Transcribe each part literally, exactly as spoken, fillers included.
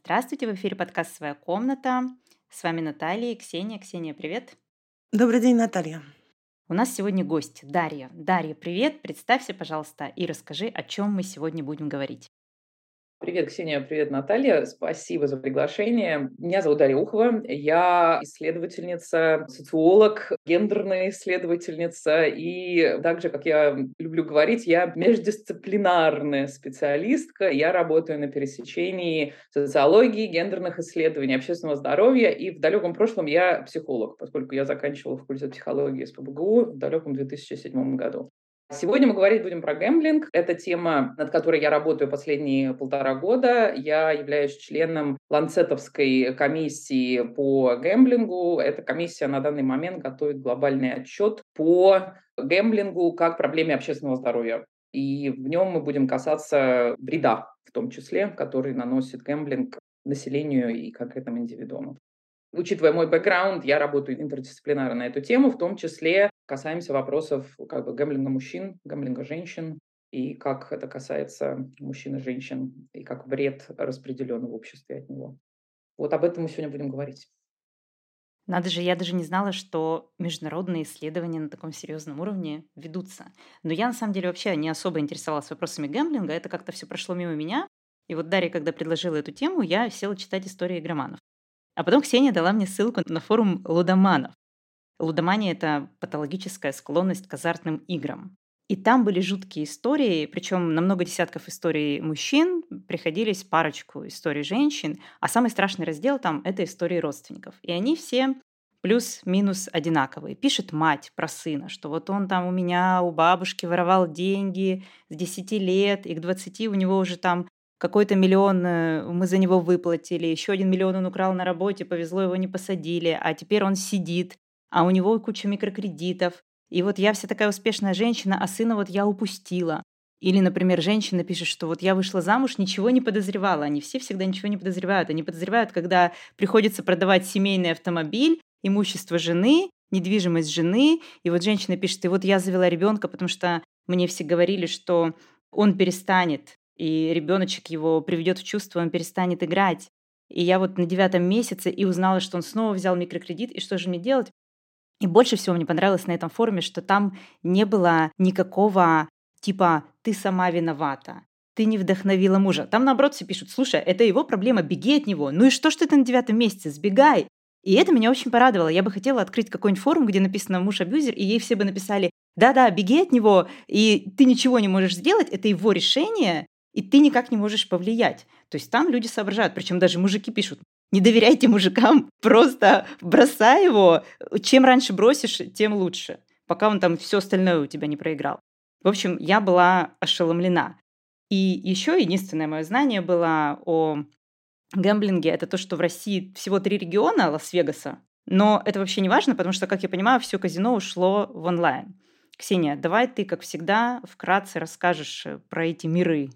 Здравствуйте, в эфире подкаст «Своя комната». С вами Наталья и Ксения. Ксения, привет. Добрый день, Наталья. У нас сегодня гость Дарья. Дарья, привет. Представься, пожалуйста, и расскажи, о чем мы сегодня будем говорить. Привет, Ксения, привет, Наталья. Спасибо за приглашение. Меня зовут Дарья Ухова. Я исследовательница, социолог, гендерная исследовательница. И также, как я люблю говорить, я междисциплинарная специалистка. Я работаю на пересечении социологии, гендерных исследований, общественного здоровья. И в далеком прошлом я психолог, поскольку я заканчивала факультет психологии эс пэ бэ гэ у в далеком две тысячи седьмом году. Сегодня мы говорить будем про гэмблинг. Это тема, над которой я работаю последние полтора года. Я являюсь членом Ланцетовской комиссии по гэмблингу. Эта комиссия на данный момент готовит глобальный отчет по гэмблингу как проблеме общественного здоровья. И в нем мы будем касаться вреда, в том числе, который наносит гэмблинг населению и конкретным индивидуумам. Учитывая мой бэкграунд, я работаю интердисциплинарно на эту тему, в том числе касаемся вопросов как бы гэмблинга мужчин, гэмблинга женщин, и как это касается мужчин и женщин, и как вред распределен в обществе от него. Вот об этом мы сегодня будем говорить. Надо же, я даже не знала, что международные исследования на таком серьезном уровне ведутся. Но я на самом деле вообще не особо интересовалась вопросами гэмблинга, это как-то все прошло мимо меня. И вот Дарья, когда предложила эту тему, я села читать истории игроманов. А потом Ксения дала мне ссылку на форум лудоманов. Лудомания — это патологическая склонность к азартным играм. И там были жуткие истории, причем на много десятков историй мужчин приходились парочку историй женщин, а самый страшный раздел там — это истории родственников. И они все плюс-минус одинаковые. Пишет мать про сына, что вот он там у меня, у бабушки воровал деньги с десяти лет, и к двадцати у него уже там какой-то миллион э, мы за него выплатили, еще один миллион он украл на работе, повезло, его не посадили, а теперь он сидит, а у него куча микрокредитов. И вот я вся такая успешная женщина, а сына вот я упустила. Или, например, женщина пишет, что вот я вышла замуж, ничего не подозревала. Они все всегда ничего не подозревают. Они подозревают, когда приходится продавать семейный автомобиль, имущество жены, недвижимость жены. И вот женщина пишет, и вот я завела ребенка, потому что мне все говорили, что он перестанет, и ребеночек его приведет в чувство, он перестанет играть. И я вот на девятом месяце и узнала, что он снова взял микрокредит, и что же мне делать? И больше всего мне понравилось на этом форуме, что там не было никакого типа «ты сама виновата», «ты не вдохновила мужа». Там наоборот все пишут: «Слушай, это его проблема, беги от него. Ну и что ж ты на девятом месяце? Сбегай». И это меня очень порадовало. Я бы хотела открыть какой-нибудь форум, где написано «муж-абьюзер», и ей все бы написали: «Да-да, беги от него, и ты ничего не можешь сделать, это его решение, и ты никак не можешь повлиять». То есть там люди соображают, причем даже мужики пишут: не доверяйте мужикам, просто бросай его. Чем раньше бросишь, тем лучше, пока он там все остальное у тебя не проиграл. В общем, я была ошеломлена. И еще единственное мое знание было о гэмблинге — это то, что в России всего три региона Лас-Вегаса, но это вообще не важно, потому что, как я понимаю, все казино ушло в онлайн. Ксения, давай ты, как всегда, вкратце расскажешь э, про эти миры.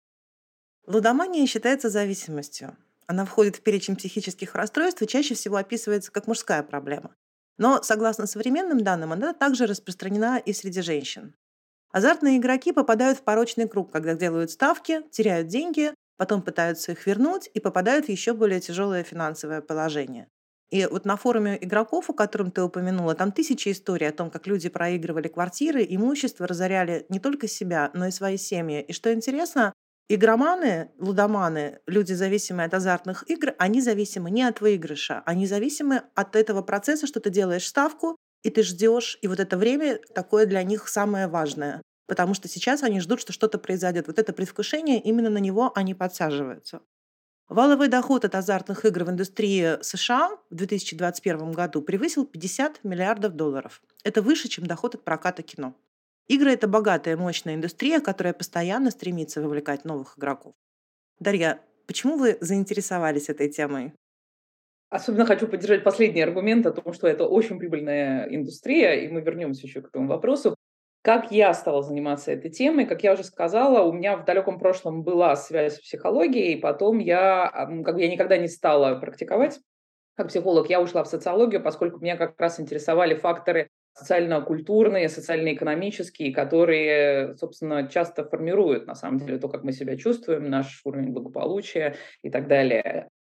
Лудомания считается зависимостью. Она входит в перечень психических расстройств и чаще всего описывается как мужская проблема. Но, согласно современным данным, она также распространена и среди женщин. Азартные игроки попадают в порочный круг, когда делают ставки, теряют деньги, потом пытаются их вернуть и попадают в еще более тяжелое финансовое положение. И вот на форуме игроков, о котором ты упомянула, там тысячи историй о том, как люди проигрывали квартиры, имущество, разоряли не только себя, но и свои семьи. И что интересно, игроманы, лудоманы, люди, зависимые от азартных игр, они зависимы не от выигрыша, они зависимы от этого процесса, что ты делаешь ставку, и ты ждешь, и вот это время такое для них самое важное. Потому что сейчас они ждут, что что-то произойдет. Вот это предвкушение, именно на него они подсаживаются. Валовый доход от азартных игр в индустрии США в две тысячи двадцать первом году превысил пятьдесят миллиардов долларов. Это выше, чем доход от проката кино. Игры — это богатая, мощная индустрия, которая постоянно стремится вовлекать новых игроков. Дарья, почему вы заинтересовались этой темой? Особенно хочу поддержать последний аргумент о том, что это очень прибыльная индустрия, и мы вернемся еще к этому вопросу. Как я стала заниматься этой темой? Как я уже сказала, у меня в далеком прошлом была связь с психологией, потом я, ам, как бы я никогда не стала практиковать как психолог, я ушла в социологию, поскольку меня как раз интересовали факторы социально-культурные, социально-экономические, которые, собственно, часто формируют, на самом деле, то, как мы себя чувствуем, наш уровень благополучия и так далее.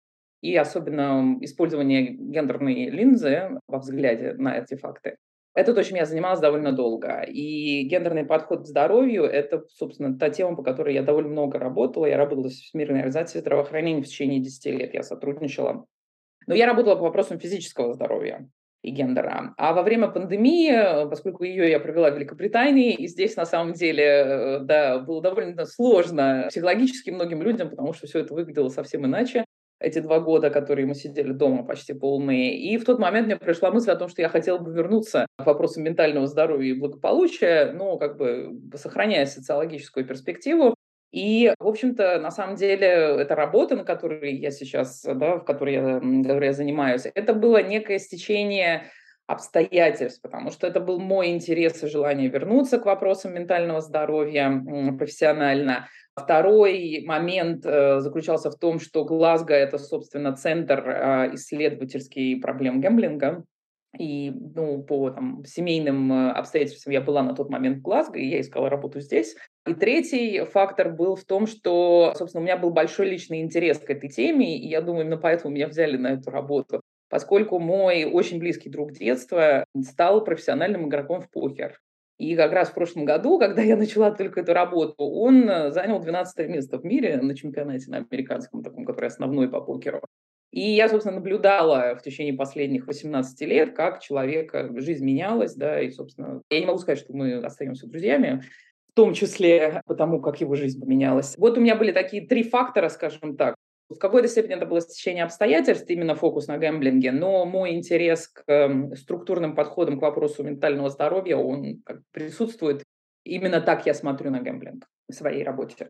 и особенно использование гендерной линзы во взгляде на эти факты. Это то, чем я занималась довольно долго. И гендерный подход к здоровью – это, собственно, та тема, по которой я довольно много работала. Я работала в Всемирной организации здравоохранения в течение десяти лет. Я сотрудничала. Но я работала по вопросам физического здоровья и гендера. А во время пандемии, поскольку ее я провела в Великобритании, и здесь на самом деле, да, было довольно сложно психологически многим людям, потому что все это выглядело совсем иначе, эти два года, которые мы сидели дома почти полные. И в тот момент мне пришла мысль о том, что я хотела бы вернуться к вопросам ментального здоровья и благополучия, но как бы сохраняя социологическую перспективу. И, в общем-то, на самом деле, эта работа, на которой я сейчас, да, в которой я, которой я занимаюсь, это было некое стечение обстоятельств, потому что это был мой интерес и желание вернуться к вопросам ментального здоровья профессионально. Второй момент э, заключался в том, что Глазго – это, собственно, центр э, исследовательский проблем гэмблинга. И ну, по там, семейным э, обстоятельствам я была на тот момент в Глазго, и я искала работу здесь. И третий фактор был в том, что, собственно, у меня был большой личный интерес к этой теме, и я думаю, именно поэтому меня взяли на эту работу, поскольку мой очень близкий друг детства стал профессиональным игроком в покер. И как раз в прошлом году, когда я начала только эту работу, он э, занял двенадцатое место в мире на чемпионате на американском, таком, который основной по покеру. И я, собственно, наблюдала в течение последних восемнадцати лет, как человека жизнь менялась, да, и, собственно, я не могу сказать, что мы остаемся друзьями, в том числе потому, как его жизнь поменялась. Вот у меня были такие три фактора, скажем так. В какой-то степени это было стечение обстоятельств, именно фокус на гэмблинге, но мой интерес к э, структурным подходам к вопросу ментального здоровья, он как бы присутствует. Именно так я смотрю на гэмблинг в своей работе.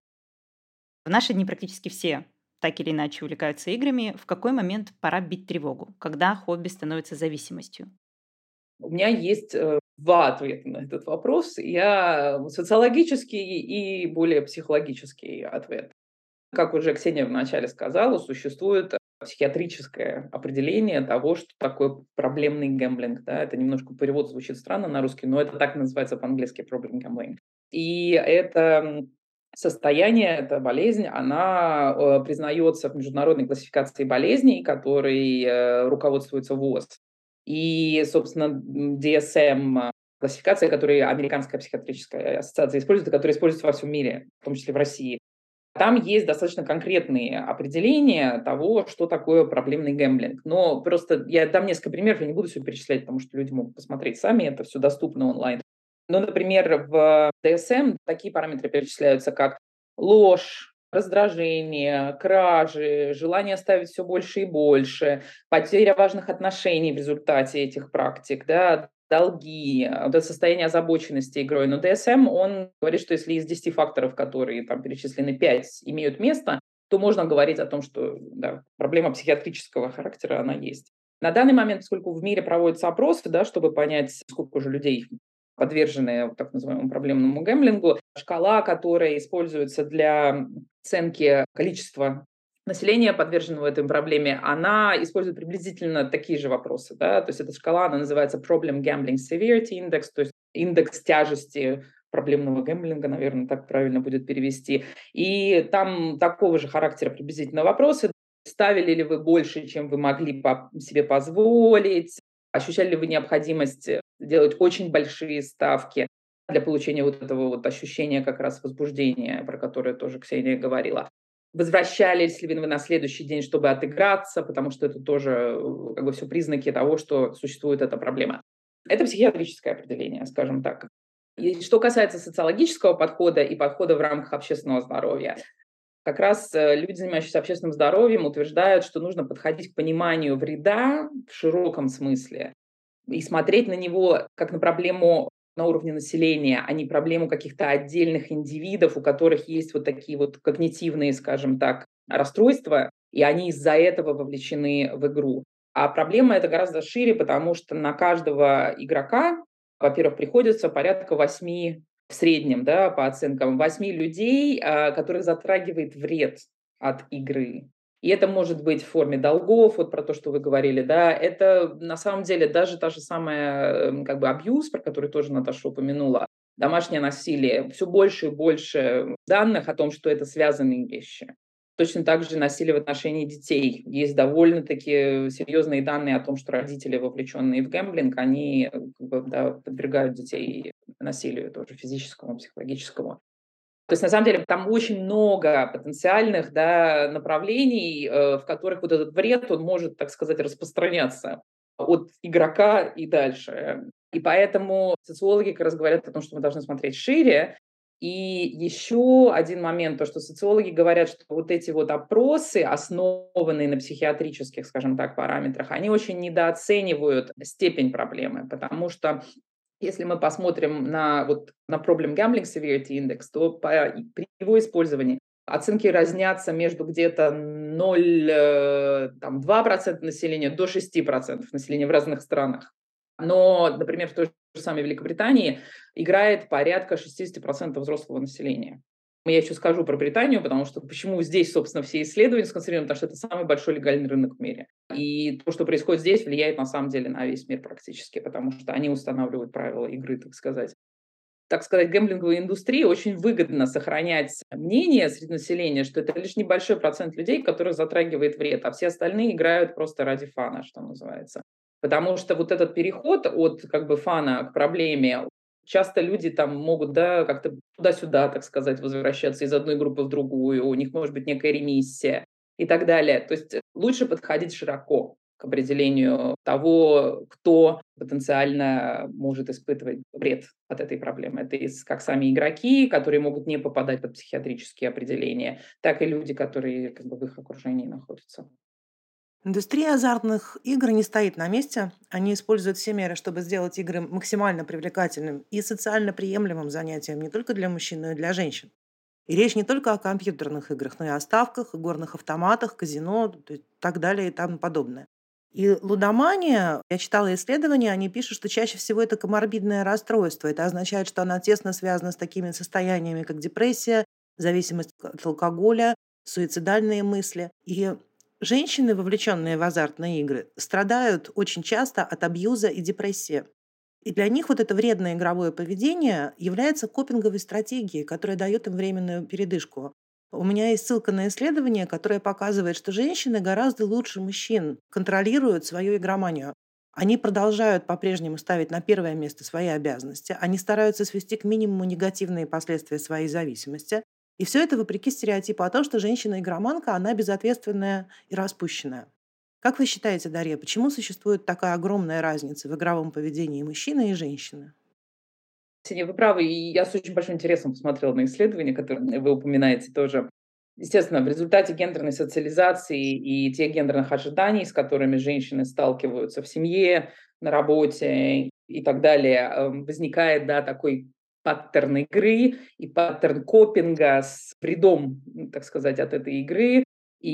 В наши дни практически все так или иначе увлекаются играми. В какой момент пора бить тревогу? Когда хобби становится зависимостью? У меня есть э, два ответа на этот вопрос. Я социологический и более психологический ответ. Как уже Ксения вначале сказала, существует психиатрическое определение того, что такое проблемный гэмблинг. Да? Это немножко перевод звучит странно на русский, но это так называется по-английски problem gambling. И это состояние, эта болезнь, она э, признается в международной классификации болезней, которой э, руководствуется ВОЗ. И, собственно, ди эс эм классификация, которую Американская психиатрическая ассоциация использует, и которая используется во всем мире, в том числе в России. Там есть достаточно конкретные определения того, что такое проблемный гэмблинг. Но просто я дам несколько примеров, я не буду все перечислять, потому что люди могут посмотреть сами, это все доступно онлайн. Но, например, в ди эс эм такие параметры перечисляются, как ложь, раздражение, кражи, желание ставить все больше и больше, потеря важных отношений в результате этих практик, да, долги, вот это состояние озабоченности игрой. Но ди эс эм, он говорит, что если из десяти факторов, которые там перечислены, пять имеют место, то можно говорить о том, что да, проблема психиатрического характера, она есть. На данный момент, поскольку в мире проводятся опросы, да, чтобы понять, сколько уже людей подвержены так называемому проблемному гэмблингу, шкала, которая используется для оценки количества населения, подверженного этой проблеме, она использует приблизительно такие же вопросы. Да? То есть эта шкала, она называется Problem Gambling Severity Index, то есть индекс тяжести проблемного гэмблинга, наверное, так правильно будет перевести. И там такого же характера приблизительно вопросы. Ставили ли вы больше, чем вы могли себе позволить? Ощущали ли вы необходимость делать очень большие ставки для получения вот этого вот ощущения как раз возбуждения, про которое тоже Ксения говорила? Возвращались ли вы на следующий день, чтобы отыграться, потому что это тоже как бы все признаки того, что существует эта проблема. Это психиатрическое определение, скажем так. И что касается социологического подхода и подхода в рамках общественного здоровья, как раз люди, занимающиеся общественным здоровьем, утверждают, что нужно подходить к пониманию вреда в широком смысле и смотреть на него как на проблему на уровне населения, а не проблему каких-то отдельных индивидов, у которых есть вот такие вот когнитивные, скажем так, расстройства, и они из-за этого вовлечены в игру. А проблема эта гораздо шире, потому что на каждого игрока, во-первых, приходится порядка восьми в среднем, да, по оценкам, восьми людей, которых затрагивает вред от игры. И это может быть в форме долгов, вот про то, что вы говорили, да, это на самом деле даже та же самая как бы абьюз, про который тоже Наташа упомянула, домашнее насилие, все больше и больше данных о том, что это связанные вещи. Точно так же насилие в отношении детей. Есть довольно-таки серьезные данные о том, что родители, вовлеченные в гэмблинг, они как бы, да, подвергают детей насилию тоже физическому, психологическому. То есть, на самом деле, там очень много потенциальных, да, направлений, э, в которых вот этот вред, он может, так сказать, распространяться от игрока и дальше. И поэтому социологи как раз говорят о том, что мы должны смотреть шире. И еще один момент, то, что социологи говорят, что вот эти вот опросы, основанные на психиатрических, скажем так, параметрах, они очень недооценивают степень проблемы, потому что если мы посмотрим на, вот, на Problem Gambling Severity Index, то по, при его использовании оценки разнятся между где-то ноль целых два десятых процента населения до шести процентов населения в разных странах. Но, например, в той же самой Великобритании играет порядка шестьдесят процентов взрослого населения. Я еще скажу про Британию, потому что почему здесь, собственно, все исследования сконцентрированы, потому что это самый большой легальный рынок в мире. И то, что происходит здесь, влияет на самом деле на весь мир практически, потому что они устанавливают правила игры, так сказать. Так сказать, гэмблинговой индустрии очень выгодно сохранять мнение среди населения, что это лишь небольшой процент людей, которых затрагивает вред, а все остальные играют просто ради фана, что называется. Потому что вот этот переход от как бы фана к проблеме, часто люди там могут, да, как-то туда-сюда, так сказать, возвращаться из одной группы в другую, у них может быть некая ремиссия и так далее. То есть лучше подходить широко к определению того, кто потенциально может испытывать вред от этой проблемы. Это как сами игроки, которые могут не попадать под психиатрические определения, так и люди, которые как бы в их окружении находятся. Индустрия азартных игр не стоит на месте. Они используют все меры, чтобы сделать игры максимально привлекательным и социально приемлемым занятием не только для мужчин, но и для женщин. И речь не только о компьютерных играх, но и о ставках, игорных автоматах, казино, то есть так далее и тому подобное. И лудомания, я читала исследования, они пишут, что чаще всего это коморбидное расстройство. Это означает, что она тесно связана с такими состояниями, как депрессия, зависимость от алкоголя, суицидальные мысли. И женщины, вовлеченные в азартные игры, страдают очень часто от абьюза и депрессии. И для них вот это вредное игровое поведение является копинговой стратегией, которая дает им временную передышку. У меня есть ссылка на исследование, которое показывает, что женщины гораздо лучше мужчин контролируют свою игроманию. Они продолжают по-прежнему ставить на первое место свои обязанности, они стараются свести к минимуму негативные последствия своей зависимости. И все это вопреки стереотипу о том, что женщина-игроманка, она безответственная и распущенная. Как вы считаете, Дарья, почему существует такая огромная разница в игровом поведении мужчины и женщины? Ксения, вы правы, и я с очень большим интересом посмотрела на исследования, которые вы упоминаете тоже. Естественно, в результате гендерной социализации и тех гендерных ожиданий, с которыми женщины сталкиваются в семье, на работе и так далее, э, возникает, да, такой паттерн игры и паттерн копинга с вредом, м, так сказать, от этой игры.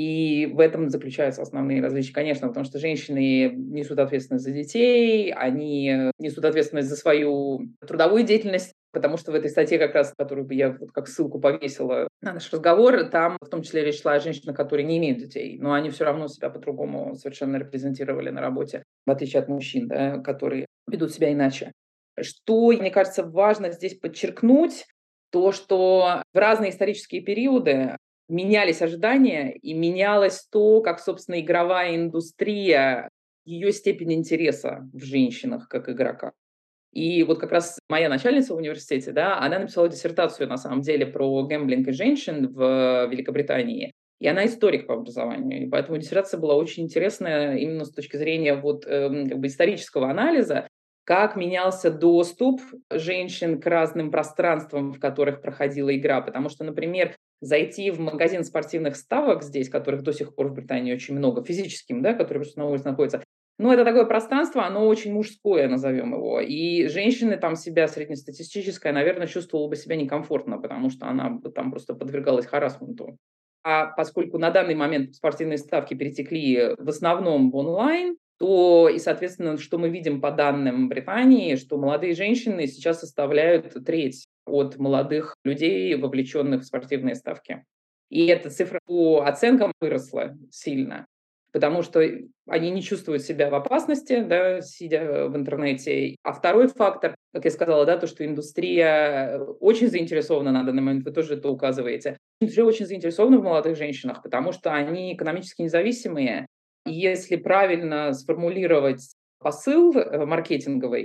И в этом заключаются основные различия, конечно, потому что женщины несут ответственность за детей, они э, несут ответственность за свою трудовую деятельность, потому что в этой статье, как раз, которую бы я вот как ссылку повесила на наш разговор, там в том числе речь шла о женщинах, которые не имеют детей, но они все равно себя по-другому совершенно репрезентировали на работе, в отличие от мужчин, да, которые ведут себя иначе. Что, мне кажется, важно здесь подчеркнуть, то, что в разные исторические периоды менялись ожидания и менялось то, как, собственно, игровая индустрия, ее степень интереса в женщинах как игроках. И вот как раз моя начальница в университете, да, она написала диссертацию, на самом деле, про гэмблинг и женщин в Великобритании. И она историк по образованию. И поэтому диссертация была очень интересная именно с точки зрения вот, эм, как бы исторического анализа, как менялся доступ женщин к разным пространствам, в которых проходила игра. Потому что, например, зайти в магазин спортивных ставок здесь, которых до сих пор в Британии очень много, физическим, да, которые просто на улице находятся, ну, это такое пространство, оно очень мужское, назовем его. И женщины там себя, среднестатистическая, наверное, чувствовала бы себя некомфортно, потому что она бы там просто подвергалась харассменту. А поскольку на данный момент спортивные ставки перетекли в основном в онлайн, то и, соответственно, что мы видим по данным Британии, что молодые женщины сейчас составляют треть от молодых людей, вовлеченных в спортивные ставки. И эта цифра по оценкам выросла сильно. потому что они не чувствуют себя в опасности, да, сидя в интернете. А второй фактор, как я сказала, да, то, что индустрия очень заинтересована на данный момент, вы тоже это указываете. Индустрия очень заинтересована в молодых женщинах, потому что они экономически независимые. И если правильно сформулировать посыл э, маркетинговый,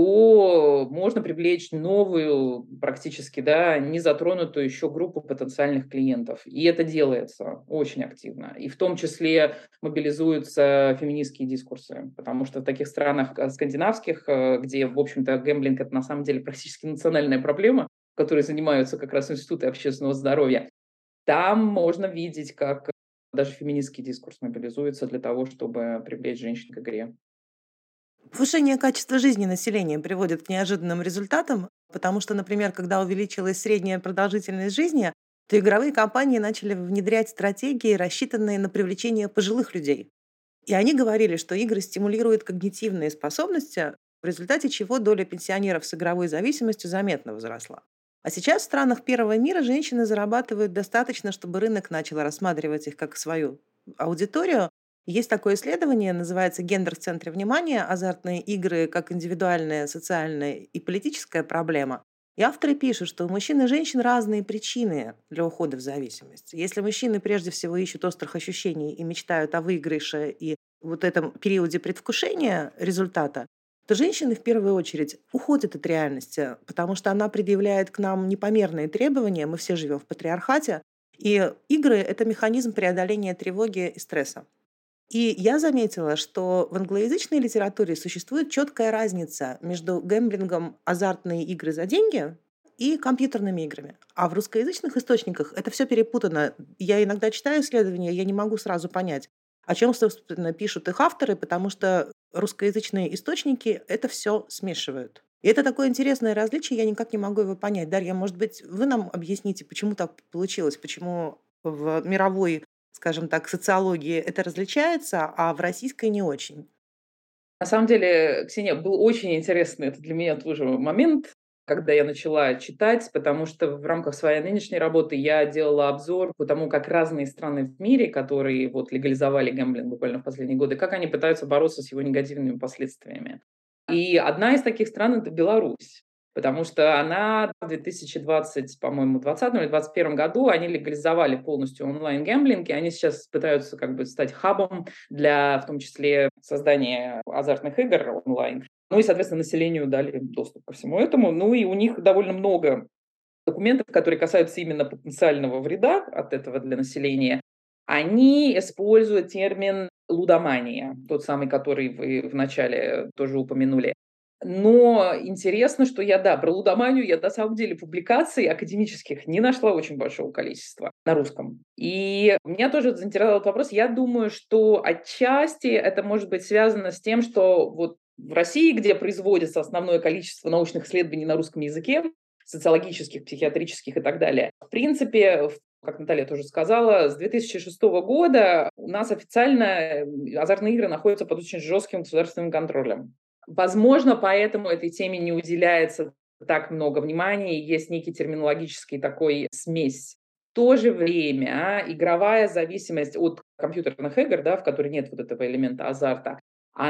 то можно привлечь новую, практически, да, незатронутую еще группу потенциальных клиентов. И это делается очень активно. И в том числе мобилизуются феминистские дискурсы, потому что в таких странах э, скандинавских, э, где, в общем-то, гэмблинг – это на самом деле практически национальная проблема, которой занимаются как раз институты общественного здоровья, там можно видеть, как даже феминистский дискурс мобилизуется для того, чтобы привлечь женщин к игре. Повышение качества жизни населения приводит к неожиданным результатам, потому что, например, когда увеличилась средняя продолжительность жизни, то игровые компании начали внедрять стратегии, рассчитанные на привлечение пожилых людей. И они говорили, что игры стимулируют когнитивные способности, в результате чего доля пенсионеров с игровой зависимостью заметно возросла. А сейчас в странах первого мира женщины зарабатывают достаточно, чтобы рынок начал рассматривать их как свою аудиторию. Есть такое исследование, называется «Гендер в центре внимания. Азартные игры как индивидуальная, социальная и политическая проблема». И авторы пишут, что у мужчин и женщин разные причины для ухода в зависимость. Если мужчины прежде всего ищут острых ощущений и мечтают о выигрыше и вот этом периоде предвкушения результата, то женщины в первую очередь уходят от реальности, потому что она предъявляет к нам непомерные требования, мы все живем в патриархате, и игры – это механизм преодоления тревоги и стресса. И я заметила, что в англоязычной литературе существует четкая разница между гэмблингом, азартные игры за деньги, и компьютерными играми. А в русскоязычных источниках это все перепутано. Я иногда читаю исследования, я не могу сразу понять, о чем, собственно, пишут их авторы, потому что русскоязычные источники это все смешивают. И это такое интересное различие, я никак не могу его понять. Дарья, может быть, вы нам объясните, почему так получилось, почему в мировой, скажем так, социологии это различается, а в российской не очень? На самом деле, Ксения, был очень интересный это для меня тоже момент, когда я начала читать, потому что в рамках своей нынешней работы я делала обзор по тому, как разные страны в мире, которые вот легализовали гэмблинг буквально в последние годы, как они пытаются бороться с его негативными последствиями. И одна из таких стран – это Беларусь. Потому что она в две тысячи двадцать, по-моему, двадцатом или двадцать первом году они легализовали полностью онлайн-гэмблинг, и они сейчас пытаются как бы стать хабом для, в том числе, создания азартных игр онлайн. Ну и, соответственно, населению дали доступ ко всему этому. Ну и у них довольно много документов, которые касаются именно потенциального вреда от этого для населения. Они используют термин лудомания, тот самый, который вы вначале тоже упомянули. Но интересно, что я, да, про лудоманию я на самом деле публикаций академических не нашла очень большого количества на русском. И меня тоже заинтересовал этот вопрос. Я думаю, что отчасти это может быть связано с тем, что вот в России, где производится основное количество научных исследований на русском языке, социологических, психиатрических и так далее, в принципе, как Наталья тоже сказала, с две тысячи шестого года у нас официально азартные игры находятся под очень жестким государственным контролем. Возможно, поэтому этой теме не уделяется так много внимания, и есть некий терминологический такой смесь. В то же время игровая зависимость от компьютерных игр, да, в которой нет вот этого элемента азарта,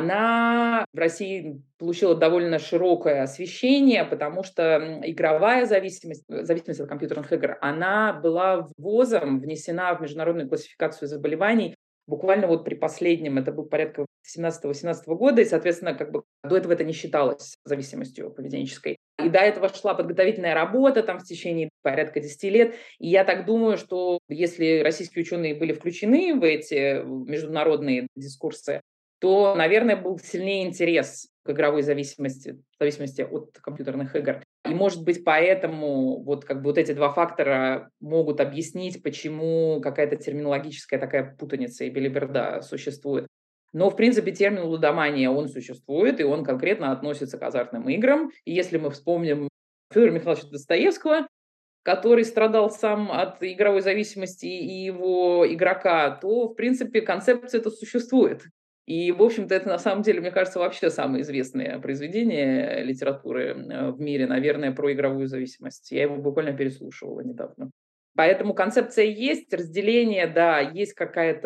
она в России получила довольно широкое освещение, потому что игровая зависимость, зависимость от компьютерных игр, она была ввозом внесена в международную классификацию заболеваний буквально вот при последнем, это был порядка семнадцатого-восемнадцатого года, и, соответственно, как бы до этого это не считалось зависимостью поведенческой. И до этого шла подготовительная работа там в течение порядка десяти лет. И я так думаю, что если российские ученые были включены в эти международные дискурсы, то, наверное, был сильнее интерес к игровой зависимости, зависимости от компьютерных игр. И, может быть, поэтому вот как бы вот эти два фактора могут объяснить, почему какая-то терминологическая такая путаница и белиберда существует. Но, в принципе, термин лудомания, он существует, и он конкретно относится к азартным играм. И если мы вспомним Федора Михайловича Достоевского, который страдал сам от игровой зависимости и его игрока, то, в принципе, концепция эта существует. И, в общем-то, это на самом деле, мне кажется, вообще самое известное произведение литературы э, в мире, наверное, про игровую зависимость. Я его буквально переслушивала недавно. Поэтому концепция есть, разделение, да, есть какая-то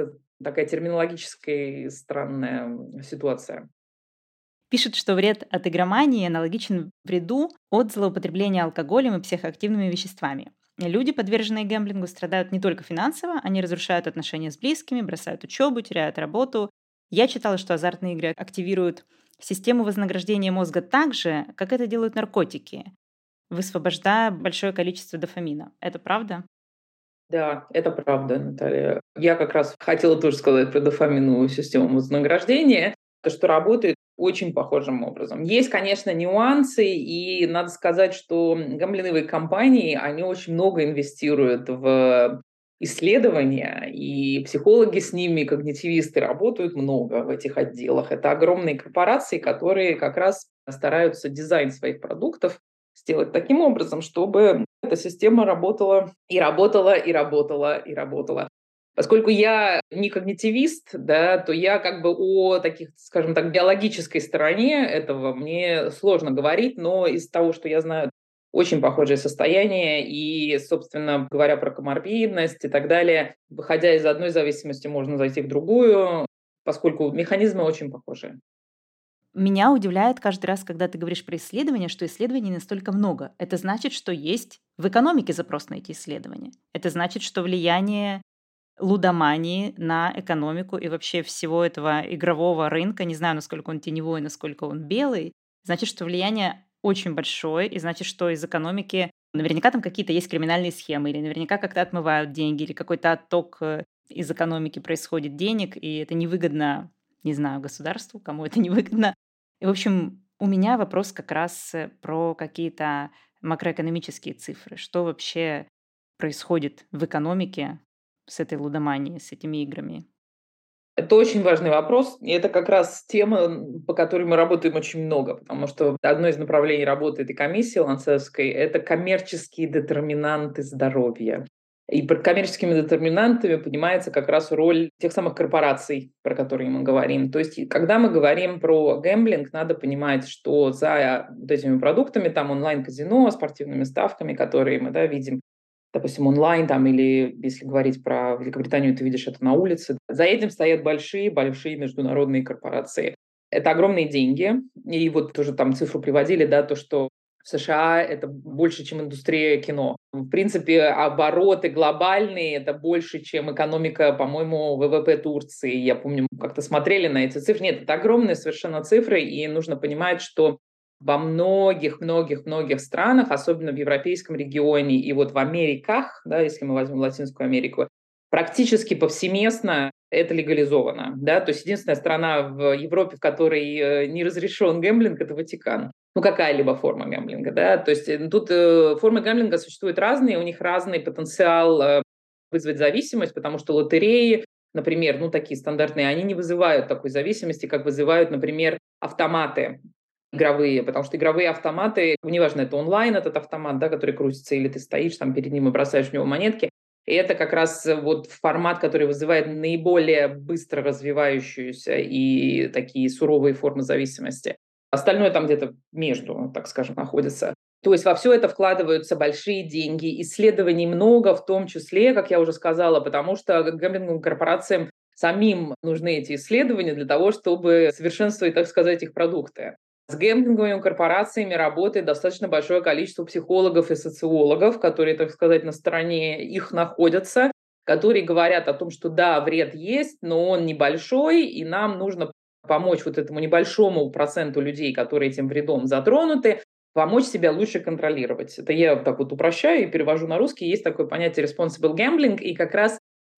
такая терминологическая странная ситуация. Пишут, что вред от игромании аналогичен вреду от злоупотребления алкоголем и психоактивными веществами. Люди, подверженные гэмблингу, страдают не только финансово, они разрушают отношения с близкими, бросают учебу, теряют работу. Я читала, что азартные игры активируют систему вознаграждения мозга так же, как это делают наркотики, высвобождая большое количество дофамина. Это правда? Да, это правда, Наталья. Я как раз хотела тоже сказать про дофаминовую систему вознаграждения, то, что работает очень похожим образом. Есть, конечно, нюансы, и надо сказать, что гамблиновые компании, они очень много инвестируют в исследования, и психологи с ними, когнитивисты, работают много в этих отделах. Это огромные корпорации, которые как раз стараются дизайн своих продуктов сделать таким образом, чтобы эта система работала и работала, и работала, и работала. Поскольку я не когнитивист, да, то я как бы о таких, скажем так, биологической стороне этого мне сложно говорить, но из того, что я знаю, очень похожее состояние, и, собственно говоря, про коморбидность и так далее, выходя из одной зависимости, можно зайти в другую, поскольку механизмы очень похожи. Меня удивляет каждый раз, когда ты говоришь про исследования, что исследований настолько много. Это значит, что есть в экономике запрос на эти исследования. Это значит, что влияние лудомании на экономику и вообще всего этого игрового рынка, не знаю, насколько он теневой, насколько он белый, значит, что влияние очень большое, и значит, что из экономики наверняка там какие-то есть криминальные схемы, или наверняка как-то отмывают деньги, или какой-то отток э, из экономики происходит денег, и это невыгодно, не знаю, государству, кому это невыгодно. И, в общем, у меня вопрос как раз э, про какие-то макроэкономические цифры. Что вообще происходит в экономике с этой лудоманией, с этими играми? Это очень важный вопрос, и это как раз тема, по которой мы работаем очень много, потому что одно из направлений работы этой комиссии ланцетовской — это коммерческие детерминанты здоровья. И под коммерческими детерминантами понимается как раз роль тех самых корпораций, про которые мы говорим. То есть, когда мы говорим про гэмблинг, надо понимать, что за вот этими продуктами, там онлайн-казино, спортивными ставками, которые мы, да, видим, допустим, онлайн, там, или если говорить про Великобританию, ты видишь это на улице. За этим стоят большие-большие международные корпорации. Это огромные деньги. И вот тоже там цифру приводили, да, то, что в США это больше, чем индустрия кино. В принципе, обороты глобальные — это больше, чем экономика, по-моему, вэ вэ пэ Турции. Я помню, как-то смотрели на эти цифры. Нет, это огромные совершенно цифры, и нужно понимать, что во многих-многих-многих странах, особенно в европейском регионе и вот в Америках, да, если мы возьмем Латинскую Америку, практически повсеместно это легализовано. Да? То есть единственная страна в Европе, в которой э, не разрешен гэмблинг, это Ватикан. Ну, какая-либо форма гэмблинга. Да? То есть э, тут э, формы гэмблинга существуют разные, у них разный потенциал э, вызвать зависимость, потому что лотереи, например, ну, такие стандартные, они не вызывают такой зависимости, как вызывают, например, автоматы игровые, потому что игровые автоматы, неважно, это онлайн этот автомат, да, который крутится, или ты стоишь там перед ним и бросаешь в него монетки, и это как раз вот формат, который вызывает наиболее быстро развивающуюся и такие суровые формы зависимости. Остальное там где-то между, так скажем, находится. То есть во все это вкладываются большие деньги, исследований много, в том числе, как я уже сказала, потому что гэмблинговым корпорациям самим нужны эти исследования для того, чтобы совершенствовать, так сказать, их продукты. С гэмблинговыми корпорациями работает достаточно большое количество психологов и социологов, которые, так сказать, на стороне их находятся, которые говорят о том, что да, вред есть, но он небольшой, и нам нужно помочь вот этому небольшому проценту людей, которые этим вредом затронуты, помочь себя лучше контролировать. Это я так вот упрощаю и перевожу на русский. Есть такое понятие responsible gambling, и как раз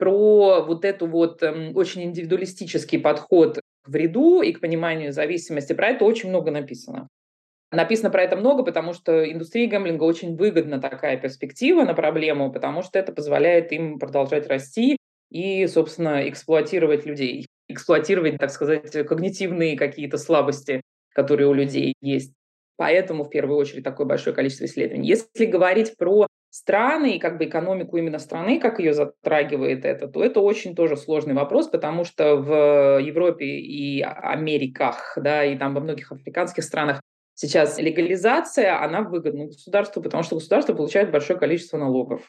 про вот эту вот э, очень индивидуалистический подход к вреду и к пониманию зависимости. Про это очень много написано. Написано про это много, потому что индустрии гэмблинга очень выгодна такая перспектива на проблему, потому что это позволяет им продолжать расти и, собственно, эксплуатировать людей. Эксплуатировать, так сказать, когнитивные какие-то слабости, которые у людей есть. Поэтому, в первую очередь, такое большое количество исследований. Если говорить про страны и как бы экономику именно страны, как ее затрагивает это, то это очень тоже сложный вопрос, потому что в Европе и Америках, да, и там во многих африканских странах сейчас легализация, она выгодна государству, потому что государство получает большое количество налогов.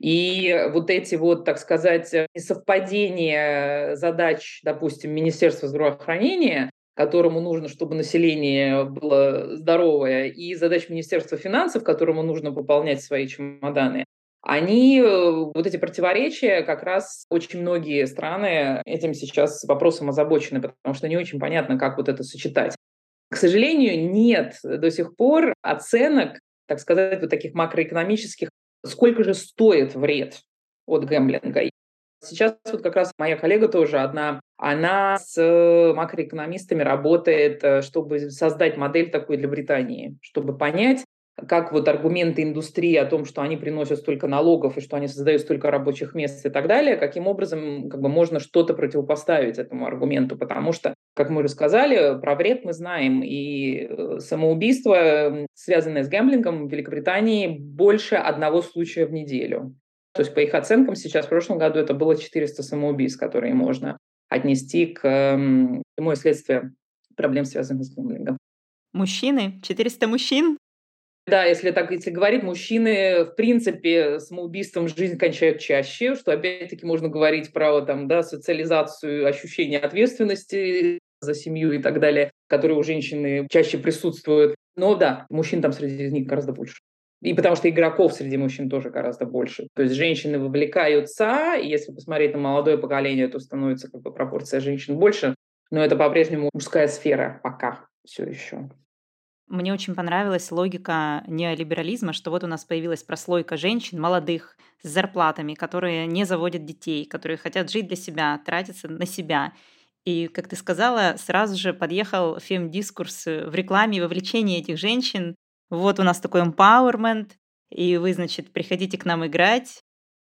И вот эти вот, так сказать, несовпадения задач, допустим, Министерства здравоохранения, которому нужно, чтобы население было здоровое, и задач Министерства финансов, которому нужно пополнять свои чемоданы, они, э, вот эти противоречия, как раз очень многие страны этим сейчас вопросом озабочены, потому что не очень понятно, как вот это сочетать. К сожалению, нет до сих пор оценок, так сказать, вот таких макроэкономических, сколько же стоит вред от гэмблинга. Сейчас вот как раз моя коллега тоже одна, она с макроэкономистами работает, э, чтобы создать модель такую для Британии, чтобы понять, как вот аргументы индустрии о том, что они приносят столько налогов и что они создают столько рабочих мест и так далее, каким образом как бы можно что-то противопоставить этому аргументу, потому что, как мы уже сказали, про вред мы знаем, и э, самоубийство, м, связанное с гэмблингом в Великобритании, больше одного случая в неделю. То есть, по их оценкам, сейчас в прошлом году это было четыреста самоубийств, которые можно отнести к м, прямое следствие проблем, связанных с гэмблингом. Мужчины? четыреста мужчин? Да, если так, если говорить, мужчины, в принципе, самоубийством жизнь кончают чаще, что опять-таки можно говорить про там, да, социализацию, ощущение ответственности за семью и так далее, которые у женщины чаще присутствуют. Но да, мужчин там среди них гораздо больше. И потому что игроков среди мужчин тоже гораздо больше. То есть женщины вовлекаются, и если посмотреть на молодое поколение, то становится как бы пропорция женщин больше, но это по-прежнему мужская сфера пока все еще. Мне очень понравилась логика неолиберализма, что вот у нас появилась прослойка женщин, молодых, с зарплатами, которые не заводят детей, которые хотят жить для себя, тратиться на себя. И, как ты сказала, сразу же подъехал фем-дискурс в рекламе и вовлечении этих женщин. Вот у нас такой empowerment, и вы, значит, приходите к нам играть.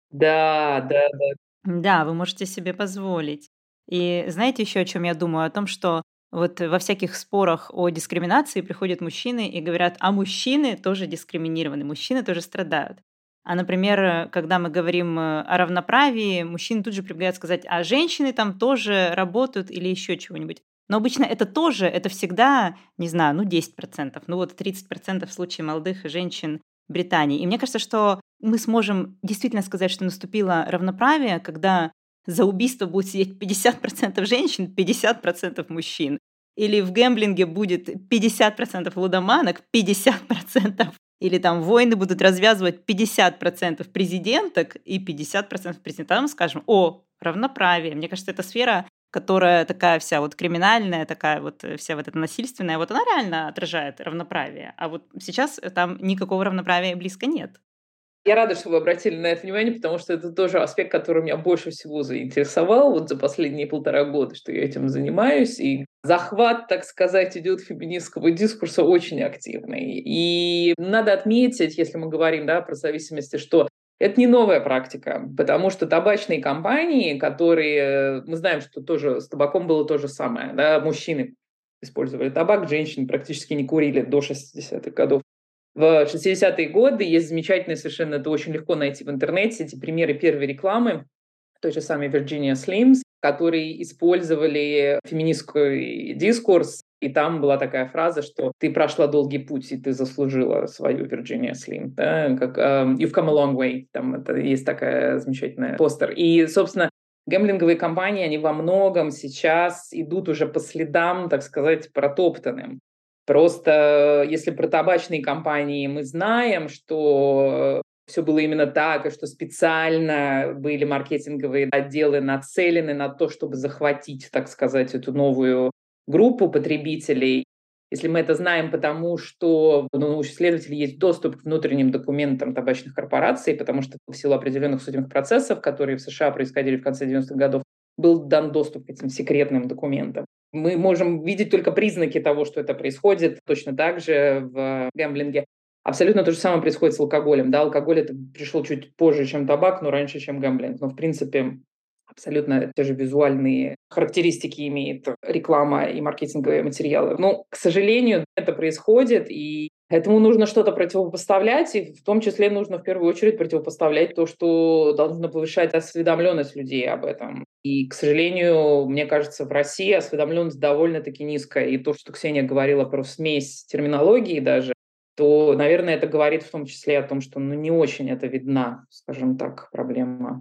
Да, да, Да, вы можете себе позволить. И знаете еще, о чем я думаю? О том, что вот во всяких спорах о дискриминации приходят мужчины и говорят, а мужчины тоже дискриминированы, мужчины тоже страдают. А, например, э, когда мы говорим э, о равноправии, мужчины тут же прибегают сказать, а женщины там тоже работают или еще чего-нибудь. Но обычно это тоже, это всегда, не знаю, ну десять процентов, ну вот тридцать процентов в случае молодых женщин Британии. И мне кажется, что мы сможем действительно сказать, что наступило равноправие, когда за убийство будет сидеть пятьдесят процентов женщин, пятьдесят процентов мужчин. Или в гэмблинге будет пятьдесят процентов лудоманок, пятьдесят процентов. Или там войны будут развязывать пятьдесят процентов президенток и пятьдесят процентов президентов. Там скажем, о, равноправие. Мне кажется, эта сфера, которая такая вся вот криминальная, такая вот э, вся вот эта насильственная, вот она реально отражает равноправие. А вот сейчас э, там никакого равноправия близко нет. Я рада, что вы обратили на это внимание, потому что это тоже аспект, который меня больше всего заинтересовал вот за последние полтора года, что я этим занимаюсь. И захват, так сказать, идет феминистского дискурса очень активный. И надо отметить, если мы говорим, да, про зависимости, что это не новая практика, потому что табачные компании, которые, мы знаем, что тоже с табаком было то же самое, да, мужчины использовали табак, женщины практически не курили до шестидесятых годов. В шестидесятые годы есть замечательные совершенно, это очень легко найти в интернете, эти примеры первой рекламы, той же самой Virginia Slims, которые использовали феминистский дискурс, и там была такая фраза, что ты прошла долгий путь, и ты заслужила свою Virginia Slim. Да? Как, um, You've come a long way. Там это, есть такая замечательная постер. И, собственно, гэмблинговые компании, они во многом сейчас идут уже по следам, так сказать, протоптанным. Просто если про табачные компании мы знаем, что все было именно так, и что специально были маркетинговые отделы нацелены на то, чтобы захватить, так сказать, эту новую группу потребителей. Если мы это знаем, потому что ну, у исследователей есть доступ к внутренним документам табачных корпораций, потому что в силу определенных судебных процессов, которые в США происходили в конце девяностых годов, был дан доступ к этим секретным документам. Мы можем видеть только признаки того, что это происходит, точно так же в гэмблинге. Абсолютно то же самое происходит с алкоголем. Да, алкоголь это пришел чуть позже, чем табак, но раньше, чем гэмблинг. Но, в принципе, абсолютно те же визуальные характеристики имеет реклама и маркетинговые материалы. Но, к сожалению, это происходит, и этому нужно что-то противопоставлять, и в том числе нужно в первую очередь противопоставлять то, что должно повышать осведомленность людей об этом. И, к сожалению, мне кажется, в России осведомленность довольно-таки низкая. И то, что Ксения говорила про смесь терминологии даже, то, наверное, это говорит в том числе о том, что ну, не очень это видна, скажем так, проблема.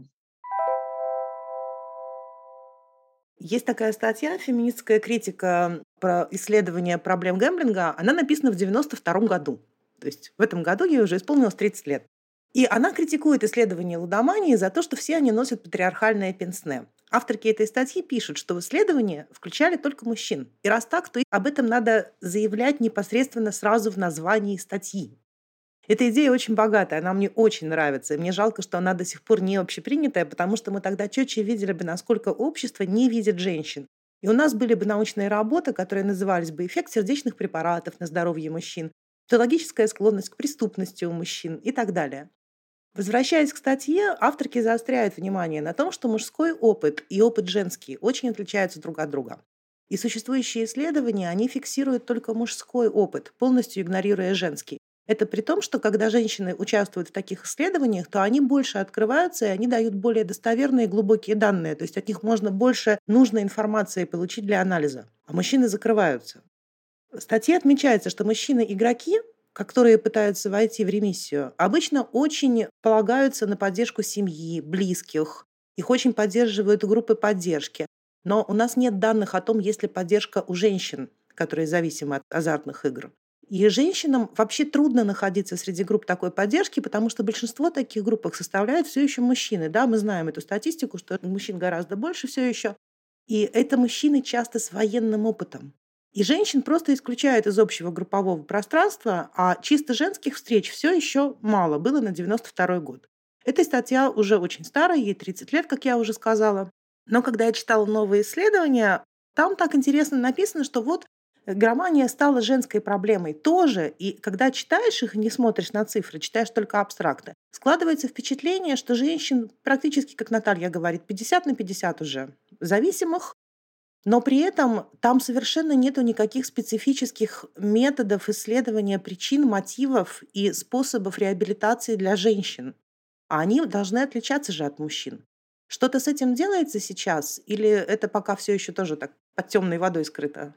Есть такая статья «Феминистская критика» про исследование проблем гэмблинга. Она написана в девяносто втором году. То есть в этом году ей уже исполнилось тридцать лет. И она критикует исследования лудомании за то, что все они носят патриархальное пенсне. Авторки этой статьи пишут, что в исследования включали только мужчин. И раз так, то об этом надо заявлять непосредственно сразу в названии статьи. Эта идея очень богатая, она мне очень нравится. И мне жалко, что она до сих пор не общепринятая, потому что мы тогда четче видели бы, насколько общество не видит женщин. И у нас были бы научные работы, которые назывались бы «Эффект сердечных препаратов на здоровье мужчин», «Патологическая склонность к преступности у мужчин» и так далее. Возвращаясь к статье, авторки заостряют внимание на том, что мужской опыт и опыт женский очень отличаются друг от друга. И существующие исследования, они фиксируют только мужской опыт, полностью игнорируя женский. Это при том, что когда женщины участвуют в таких исследованиях, то они больше открываются, и они дают более достоверные и глубокие данные. То есть от них можно больше нужной информации получить для анализа. А мужчины закрываются. В статье отмечается, что мужчины-игроки, которые пытаются войти в ремиссию, обычно очень полагаются на поддержку семьи, близких. Их очень поддерживают группы поддержки. Но у нас нет данных о том, есть ли поддержка у женщин, которые зависимы от азартных игр. И женщинам вообще трудно находиться среди групп такой поддержки, потому что большинство таких групп составляют все еще мужчины. Да, мы знаем эту статистику, что мужчин гораздо больше все еще. И это мужчины часто с военным опытом. И женщин просто исключают из общего группового пространства, а чисто женских встреч все еще мало, было на девяносто второй год. Эта статья уже очень старая, ей тридцать лет, как я уже сказала. Но когда я читала новые исследования, там так интересно написано, что вот игромания стала женской проблемой тоже, и когда читаешь их и не смотришь на цифры, читаешь только абстракты, складывается впечатление, что женщин практически, как Наталья говорит, пятьдесят на пятьдесят уже зависимых, но при этом там совершенно нету никаких специфических методов исследования причин, мотивов и способов реабилитации для женщин. А они должны отличаться же от мужчин. Что-то с этим делается сейчас, или это пока все еще тоже так под темной водой скрыто?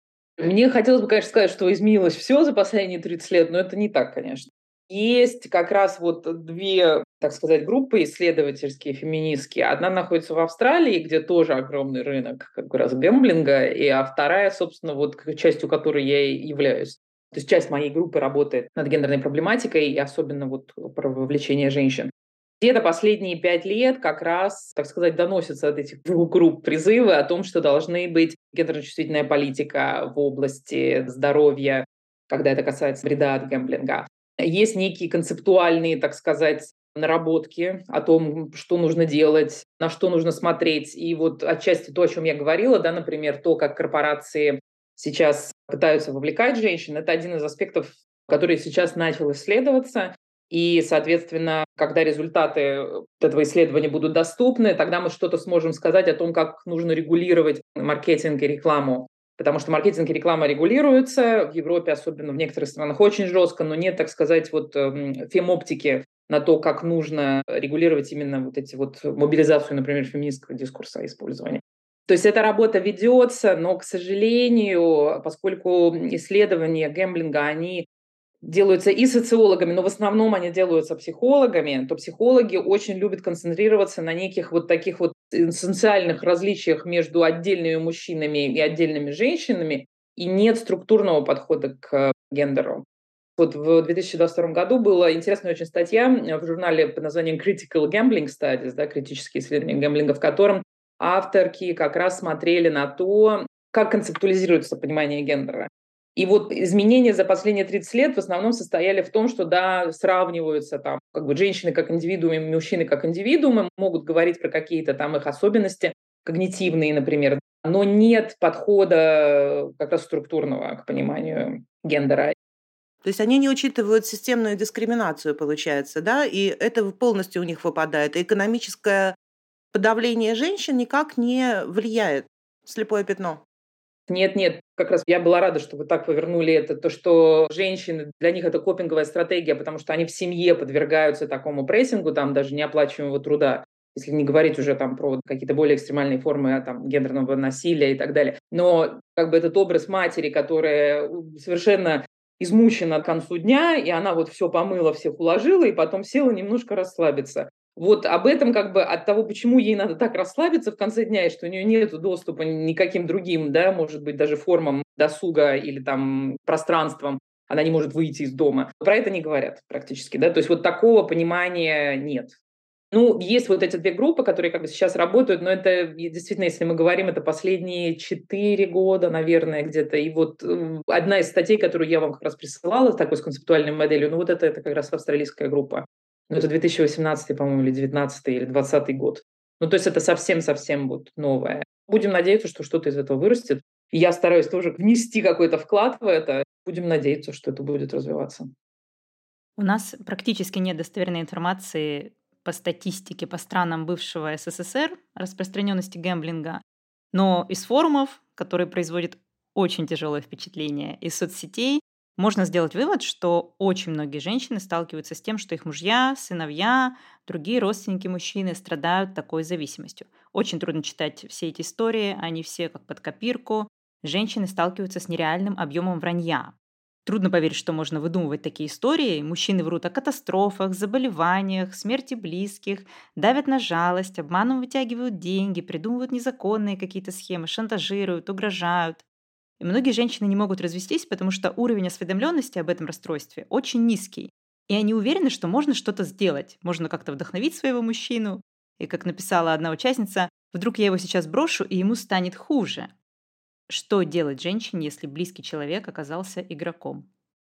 Мне хотелось бы, конечно, сказать, что изменилось все за последние тридцать лет, но это не так, конечно. Есть как раз вот две, так сказать, группы исследовательские, феминистские. Одна находится в Австралии, где тоже огромный рынок как раз гэмблинга, и, а вторая, собственно, вот частью которой я и являюсь. То есть часть моей группы работает над гендерной проблематикой, и особенно вот про вовлечение женщин. Где-то последние пять лет как раз, так сказать, доносятся от этих двух групп призывы о том, что должны быть гендерно-чувствительная политика в области здоровья, когда это касается вреда от гэмблинга. Есть некие концептуальные, так сказать, наработки о том, что нужно делать, на что нужно смотреть. И вот отчасти то, о чем я говорила, да, например, то, как корпорации сейчас пытаются вовлекать женщин, это один из аспектов, который сейчас начал исследоваться. И, соответственно, когда результаты этого исследования будут доступны, тогда мы что-то сможем сказать о том, как нужно регулировать маркетинг и рекламу. Потому что маркетинг и реклама регулируются в Европе, особенно в некоторых странах, очень жестко, но нет, так сказать, вот фемоптики на то, как нужно регулировать именно вот эти вот мобилизацию, например, феминистского дискурса использования. То есть эта работа ведется, но, к сожалению, поскольку исследования гэмблинга, они делаются и социологами, но в основном они делаются психологами, то психологи очень любят концентрироваться на неких вот таких вот эссенциальных различиях между отдельными мужчинами и отдельными женщинами, и нет структурного подхода к гендеру. Вот в две тысячи двадцать втором году была интересная очень статья в журнале под названием Critical Gambling Studies, да, критические исследования гэмблинга, в котором авторки как раз смотрели на то, как концептуализируется понимание гендера. И вот изменения за последние тридцать лет в основном состояли в том, что, да, сравниваются там как бы женщины как индивидуумы, мужчины как индивидуумы, могут говорить про какие-то там их особенности когнитивные, например, но нет подхода как раз структурного к пониманию гендера. То есть они не учитывают системную дискриминацию, получается, да, и это полностью у них выпадает. И экономическое подавление женщин никак не влияет. Слепое пятно. Нет, нет, как раз я была рада, что вы так повернули это, то, что женщины, для них это копинговая стратегия, потому что они в семье подвергаются такому прессингу, там даже неоплачиваемого труда, если не говорить уже там про какие-то более экстремальные формы там, гендерного насилия и так далее. Но как бы этот образ матери, которая совершенно измучена к концу дня, и она вот все помыла, всех уложила, и потом села немножко расслабиться. Вот об этом как бы от того, почему ей надо так расслабиться в конце дня, и что у нее нет доступа никаким другим, да, может быть, даже формам досуга или там пространствам, она не может выйти из дома. Про это не говорят практически, да, то есть вот такого понимания нет. Ну, есть вот эти две группы, которые как бы сейчас работают, но это и действительно, если мы говорим, это последние четыре года, наверное, где-то. И вот э, одна из статей, которую я вам как раз присылала, такой с концептуальной моделью, ну вот это, это как раз австралийская группа. Ну, это две тысячи восемнадцатый, по-моему, или девятнадцатый, или двадцатый год. Ну, то есть это совсем-совсем вот новое. Будем надеяться, что что-то из этого вырастет. И я стараюсь тоже внести какой-то вклад в это. Будем надеяться, что это будет развиваться. У нас практически нет достоверной информации по статистике по странам бывшего СССР распространенности гэмблинга, но из форумов, которые производят очень тяжелое впечатление, из соцсетей можно сделать вывод, что очень многие женщины сталкиваются с тем, что их мужья, сыновья, другие родственники мужчины страдают такой зависимостью. Очень трудно читать все эти истории, они все как под копирку. Женщины сталкиваются с нереальным объемом вранья. Трудно поверить, что можно выдумывать такие истории. Мужчины врут о катастрофах, заболеваниях, смерти близких, давят на жалость, обманом вытягивают деньги, придумывают незаконные какие-то схемы, шантажируют, угрожают. И многие женщины не могут развестись, потому что уровень осведомленности об этом расстройстве очень низкий. И они уверены, что можно что-то сделать, можно как-то вдохновить своего мужчину. И, как написала одна участница, вдруг я его сейчас брошу, и ему станет хуже. Что делать женщине, если близкий человек оказался игроком?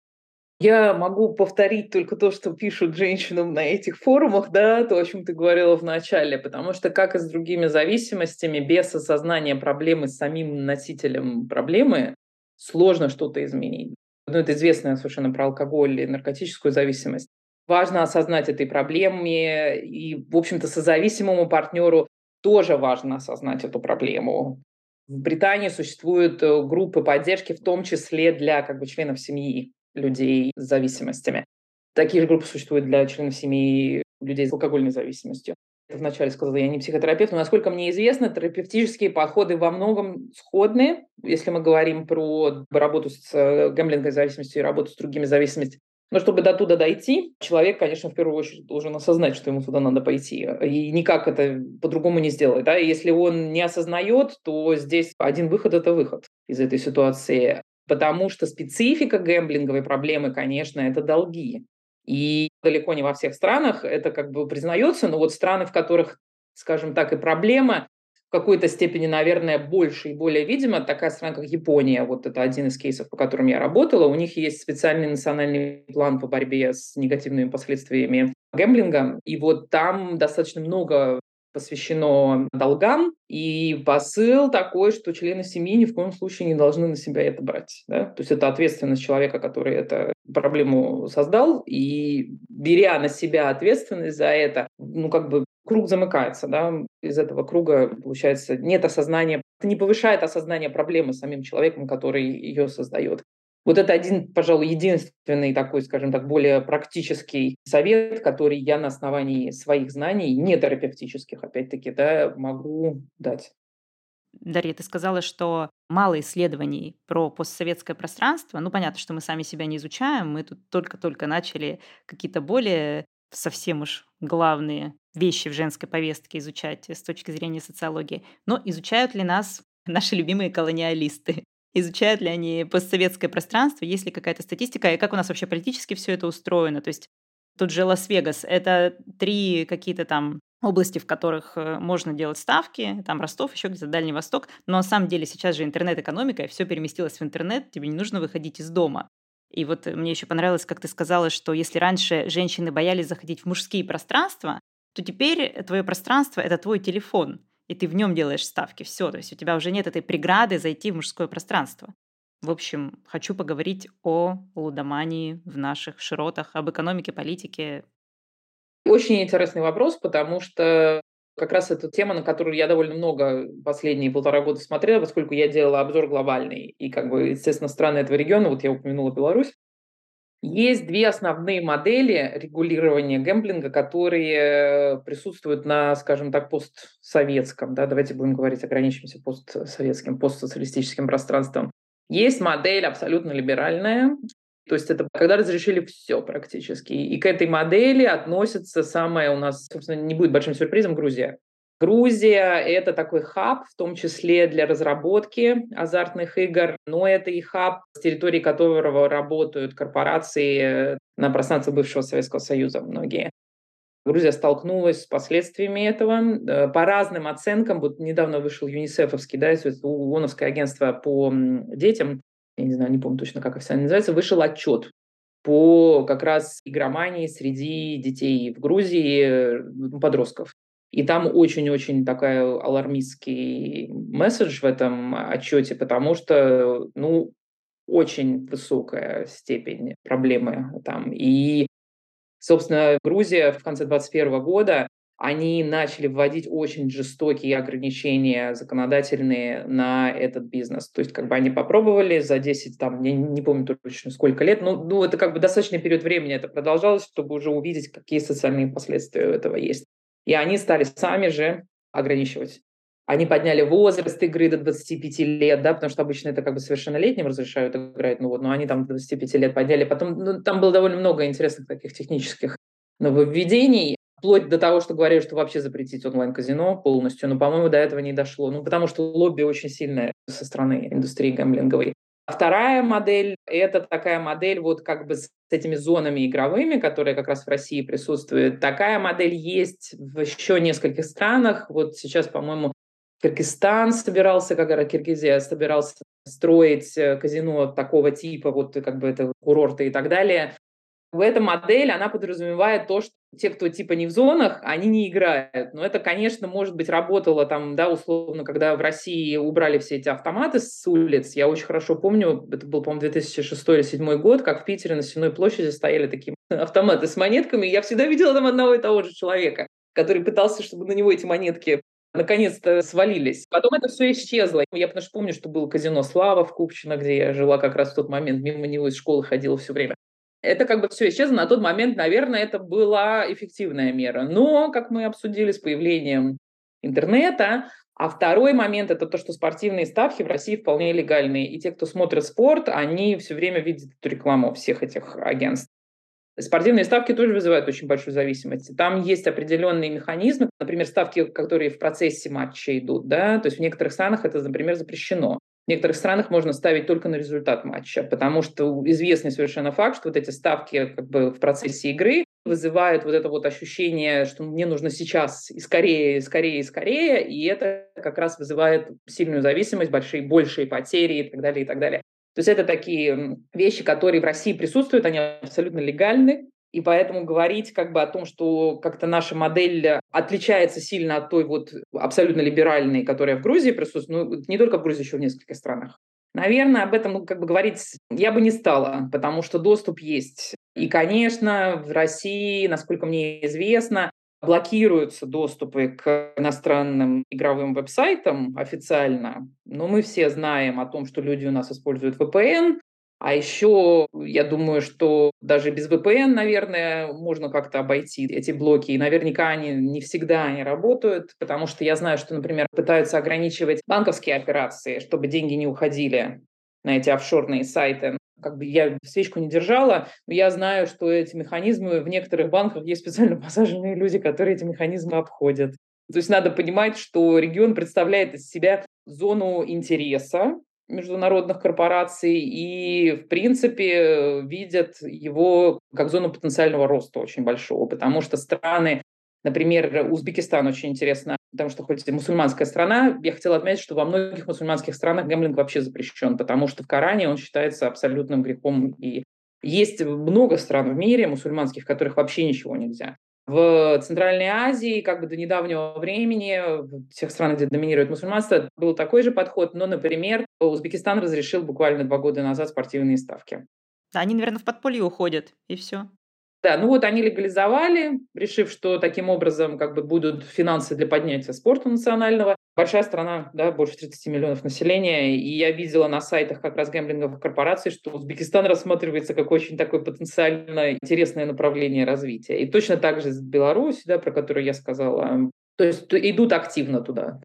Я могу повторить только то, что пишут женщинам на этих форумах, да, то, о чем ты говорила в начале, потому что, как и с другими зависимостями, без осознания проблемы с самим носителем проблемы сложно что-то изменить. Ну, это известно совершенно про алкоголь и наркотическую зависимость. Важно осознать этой проблеме, и, в общем-то, созависимому партнеру тоже важно осознать эту проблему. В Британии существуют э, группы поддержки, в том числе для как бы, членов семьи людей с зависимостями. Такие же группы существуют для членов семьи людей с алкогольной зависимостью. Я вначале сказала, я не психотерапевт, но, насколько мне известно, терапевтические подходы во многом сходны, если мы говорим про работу с э, гэмблинговой зависимостью и работу с другими зависимостями. Но чтобы до туда дойти, человек, конечно, в первую очередь должен осознать, что ему туда надо пойти. И никак это по-другому не сделать. Да? И если он не осознает, то здесь один выход – это выход из этой ситуации. Потому что специфика гэмблинговой проблемы, конечно, это долги. И далеко не во всех странах это как бы признается, но вот страны, в которых, скажем так, и проблема в какой-то степени, наверное, больше и более видима, такая страна, как Япония, вот это один из кейсов, по которым я работала, у них есть специальный национальный план по борьбе с негативными последствиями гэмблинга, и вот там достаточно много посвящено долгам, и посыл такой, что члены семьи ни в коем случае не должны на себя это брать. Да? То есть это ответственность человека, который эту проблему создал, и беря на себя ответственность за это, ну как бы круг замыкается, да? Из этого круга, получается, нет осознания, это не повышает осознание проблемы самим человеком, который ее создает. Вот это один, пожалуй, единственный такой, скажем так, более практический совет, который я на основании своих знаний, не терапевтических, опять-таки, да, могу дать. Дарья, ты сказала, что мало исследований про постсоветское пространство. Ну, понятно, что мы сами себя не изучаем, мы тут только-только начали какие-то более совсем уж главные вещи в женской повестке изучать с точки зрения социологии. Но изучают ли нас наши любимые колониалисты? Изучают ли они постсоветское пространство? Есть ли какая-то статистика? И как у нас вообще политически все это устроено? То есть тут же Лас-Вегас — это три какие-то там области, в которых э, можно делать ставки, там Ростов, еще где-то Дальний Восток, но на самом деле сейчас же интернет-экономика, и все переместилось в интернет, тебе не нужно выходить из дома. И вот мне еще понравилось, как ты сказала, что если раньше женщины боялись заходить в мужские пространства, то теперь твое пространство — это твой телефон, и ты в нем делаешь ставки. Все, то есть у тебя уже нет этой преграды зайти в мужское пространство. В общем, хочу поговорить о лудомании в наших широтах, об экономике, политике. Очень интересный вопрос, потому что как раз это тема, на которую я довольно много последние полтора года смотрела, поскольку я делала обзор глобальный. И, как бы, естественно, страны этого региона, вот я упомянула Беларусь, есть две основные модели регулирования гэмблинга, которые присутствуют на, скажем так, постсоветском, да, давайте будем говорить, ограничимся постсоветским, постсоциалистическим пространством. Есть модель абсолютно либеральная, То есть это когда разрешили все практически. И к этой модели относится самое у нас, собственно, не будет большим сюрпризом, Грузия. Грузия — это такой хаб, в том числе для разработки азартных игр, но это и хаб, с территории которого работают корпорации на пространстве бывшего Советского Союза многие. Грузия столкнулась с последствиями этого. Э, По разным оценкам, вот недавно вышел ЮНИСЕФовский, да, это ООНовское агентство по м, детям, я не знаю, не помню точно, как официально называется, вышел отчет по как раз игромании среди детей в Грузии, э, подростков. И там очень-очень такая алармистский месседж в этом отчете, потому что, ну, очень высокая степень проблемы там. И, собственно, Грузия в конце двадцать первого года, они начали вводить очень жестокие ограничения законодательные на этот бизнес. То есть как бы они попробовали за десять, там, я не помню точно сколько лет, но ну, это как бы достаточный период времени это продолжалось, чтобы уже увидеть, какие социальные последствия у этого есть. И они стали сами же ограничивать. Они подняли возраст игры до двадцати пяти лет, да, потому что обычно это как бы совершеннолетним разрешают играть, ну вот, но они там до двадцати пяти лет подняли. Потом, ну, там было довольно много интересных таких технических нововведений, вплоть до того, что говорили, что вообще запретить онлайн-казино полностью, но, по-моему, до этого не дошло. Ну, потому что лобби очень сильное со стороны индустрии гэмблинговой. А вторая модель — это такая модель вот как бы с этими зонами игровыми, которые как раз в России присутствуют. Такая модель есть в еще нескольких странах. Вот сейчас, по-моему, Кыргызстан собирался, как говорят, Киргизия собирался строить э, казино такого типа, вот как бы это курорты и так далее. В эта модель, она подразумевает то, что те, кто типа не в зонах, они не играют. Но это, конечно, может быть, работало там, да, условно, когда в России убрали все эти автоматы с улиц. Я очень хорошо помню, это был, по-моему, две тысячи шестой или две тысячи седьмой год, как в Питере на Сенной площади стояли такие автоматы с монетками. И я всегда видела там одного и того же человека, который пытался, чтобы на него эти монетки наконец-то свалились. Потом это все исчезло. Я потому что помню, что было казино «Слава» в Купчино, где я жила как раз в тот момент, мимо него из школы ходила все время. Это как бы все исчезло. На тот момент, наверное, это была эффективная мера. Но, как мы обсудили, с появлением интернета, а второй момент — это то, что спортивные ставки в России вполне легальные. И те, кто смотрит спорт, они все время видят эту рекламу всех этих агентств. Спортивные ставки тоже вызывают очень большую зависимость. Там есть определенные механизмы, например, ставки, которые в процессе матча идут, да, то есть в некоторых странах это, например, запрещено. В некоторых странах можно ставить только на результат матча, потому что известный совершенно факт, что вот эти ставки как бы в процессе игры вызывают вот это вот ощущение, что мне нужно сейчас и скорее, и скорее, и скорее, и это как раз вызывает сильную зависимость, большие, большие потери и так далее, и так далее. То есть это такие вещи, которые в России присутствуют, они абсолютно легальны, и поэтому говорить как бы о том, что как-то наша модель отличается сильно от той вот абсолютно либеральной, которая в Грузии присутствует, ну, не только в Грузии, еще в нескольких странах. Наверное, об этом ну, как бы говорить я бы не стала, потому что доступ есть. И, конечно, в России, насколько мне известно, блокируются доступы к иностранным игровым веб-сайтам официально, но мы все знаем о том, что люди у нас используют ви пи эн, а еще я думаю, что даже без ви пи эн, наверное, можно как-то обойти эти блоки, и наверняка они не всегда они работают, потому что я знаю, что, например, пытаются ограничивать банковские операции, чтобы деньги не уходили на эти офшорные сайты. Как бы я свечку не держала, но я знаю, что эти механизмы в некоторых банках есть специально посаженные люди, которые эти механизмы обходят. То есть надо понимать, что регион представляет из себя зону интереса международных корпораций и, в принципе, видят его как зону потенциального роста очень большого, потому что страны, например, Узбекистан очень интересно, потому что хоть и мусульманская страна, я хотела отметить, что во многих мусульманских странах гэмблинг вообще запрещен, потому что в Коране он считается абсолютным грехом. И есть много стран в мире мусульманских, в которых вообще ничего нельзя. В Центральной Азии, как бы до недавнего времени, в тех странах, где доминирует мусульманство, был такой же подход, но, например, Узбекистан разрешил буквально два года назад спортивные ставки. Да, они, наверное, в подполье уходят, и все. Да, ну вот они легализовали, решив, что таким образом как бы будут финансы для поднятия спорта национального. Большая страна, да, больше тридцати миллионов населения, и я видела на сайтах как раз гэмблинговых корпораций, что Узбекистан рассматривается как очень такое потенциально интересное направление развития. И точно так же с Беларусью, да, про которую я сказала. То есть идут активно туда.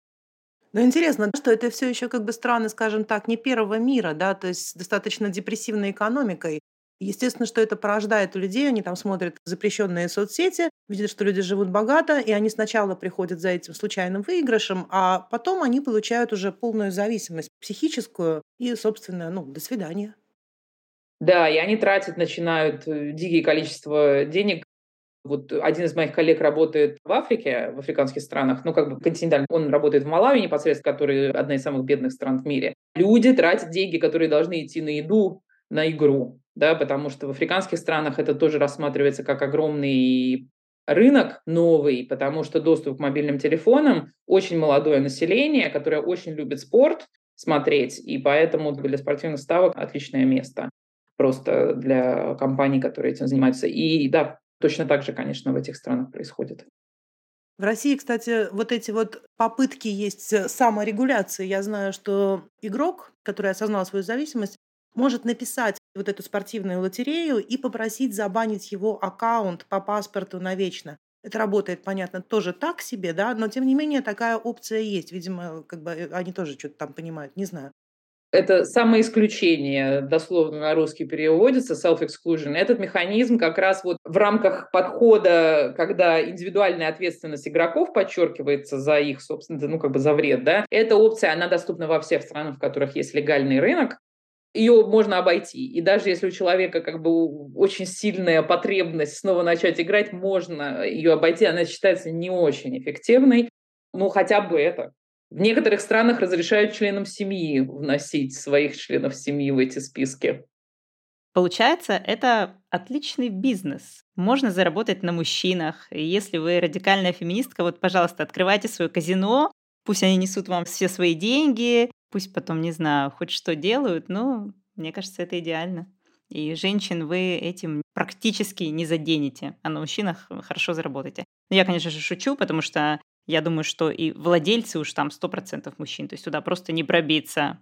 Но интересно, что это все еще как бы страны, скажем так, не первого мира, да, то есть с достаточно депрессивной экономикой. Естественно, что это порождает у людей, они там смотрят запрещенные соцсети, видят, что люди живут богато, и они сначала приходят за этим случайным выигрышем, а потом они получают уже полную зависимость психическую и, собственно, ну, до свидания. Да, и они тратят, начинают э, дикие количество денег. Вот один из моих коллег работает в Африке, в африканских странах, ну, как бы континентально. Он работает в Малави непосредственно, который одна из самых бедных стран в мире. Люди тратят деньги, которые должны идти на еду, на игру, да, потому что в африканских странах это тоже рассматривается как огромный рынок новый, потому что доступ к мобильным телефонам, очень молодое население, которое очень любит спорт смотреть, и поэтому для спортивных ставок отличное место просто для компаний, которые этим занимаются. И да, точно так же, конечно, в этих странах происходит. В России, кстати, вот эти вот попытки есть э, саморегуляции. Я знаю, что игрок, который осознал свою зависимость, может написать вот эту спортивную лотерею и попросить забанить его аккаунт по паспорту навечно. Это работает, понятно, тоже так себе, да, но тем не менее такая опция есть. Видимо, как бы э, они тоже что-то там понимают, не знаю. Это самоисключение, дословно на русский переводится, self-exclusion. Этот механизм как раз вот в рамках подхода, когда индивидуальная ответственность игроков подчеркивается за их, собственно, ну, как бы за вред, да, эта опция, она доступна во всех странах, в которых есть легальный рынок, ее можно обойти. И даже если у человека как бы очень сильная потребность снова начать играть, можно ее обойти, она считается не очень эффективной. Ну, хотя бы это. В некоторых странах разрешают членам семьи вносить своих членов семьи в эти списки. Получается, это отличный бизнес. Можно заработать на мужчинах. И если вы радикальная феминистка, вот, пожалуйста, открывайте свое казино, пусть они несут вам все свои деньги, пусть потом, не знаю, хоть что делают, но мне кажется, это идеально. И женщин вы этим практически не заденете, а на мужчинах хорошо заработаете. Но я, конечно же, шучу, потому что я думаю, что и владельцы уж там сто процентов мужчин, то есть сюда просто не пробиться.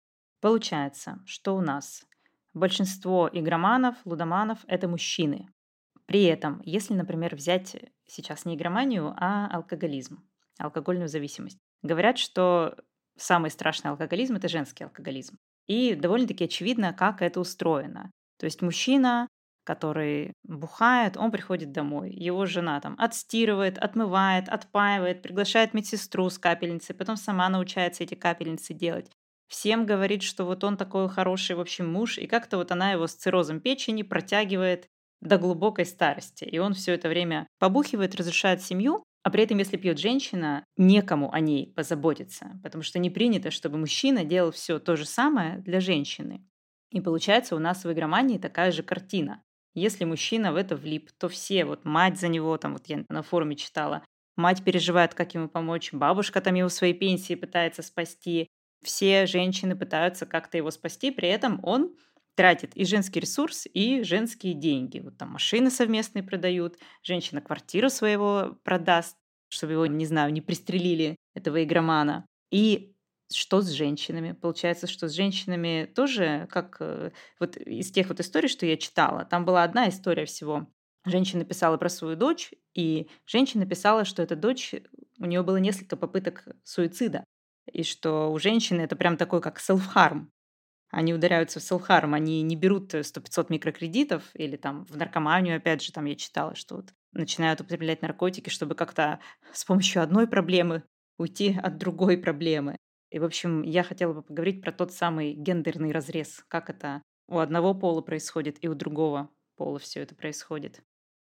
Получается, что у нас большинство игроманов, лудоманов — это мужчины. При этом, если, например, взять сейчас не игроманию, а алкоголизм, алкогольную зависимость, говорят, что самый страшный алкоголизм — это женский алкоголизм. И довольно-таки очевидно, как это устроено. То есть мужчина, который бухает, он приходит домой. Его жена там отстирывает, отмывает, отпаивает, приглашает медсестру с капельницей, потом сама научается эти капельницы делать. Всем говорит, что вот он такой хороший, в общем, муж, и как-то вот она его с циррозом печени протягивает до глубокой старости. И он все это время побухивает, разрушает семью, а при этом, если пьет женщина, некому о ней позаботиться, потому что не принято, чтобы мужчина делал все то же самое для женщины. И получается у нас в игромании такая же картина. Если мужчина в это влип, то все, вот мать за него, там вот я на форуме читала, мать переживает, как ему помочь, бабушка там его в своей пенсии пытается спасти, все женщины пытаются как-то его спасти, при этом он тратит и женский ресурс, и женские деньги. Вот там машины совместные продают, женщина квартиру своего продаст, чтобы его, не знаю, не пристрелили, этого игромана. И что с женщинами? Получается, что с женщинами тоже, как э, вот из тех вот историй, что я читала, там была одна история всего. Женщина писала про свою дочь, и женщина писала, что эта дочь, у нее было несколько попыток суицида, и что у женщины это прям такой, как self-harm. Они ударяются в self-harm, они не берут сто-пятьсот микрокредитов или там в наркоманию, опять же, там я читала, что вот начинают употреблять наркотики, чтобы как-то с помощью одной проблемы уйти от другой проблемы. И, в общем, я хотела бы поговорить про тот самый гендерный разрез, как это у одного пола происходит и у другого пола все это происходит.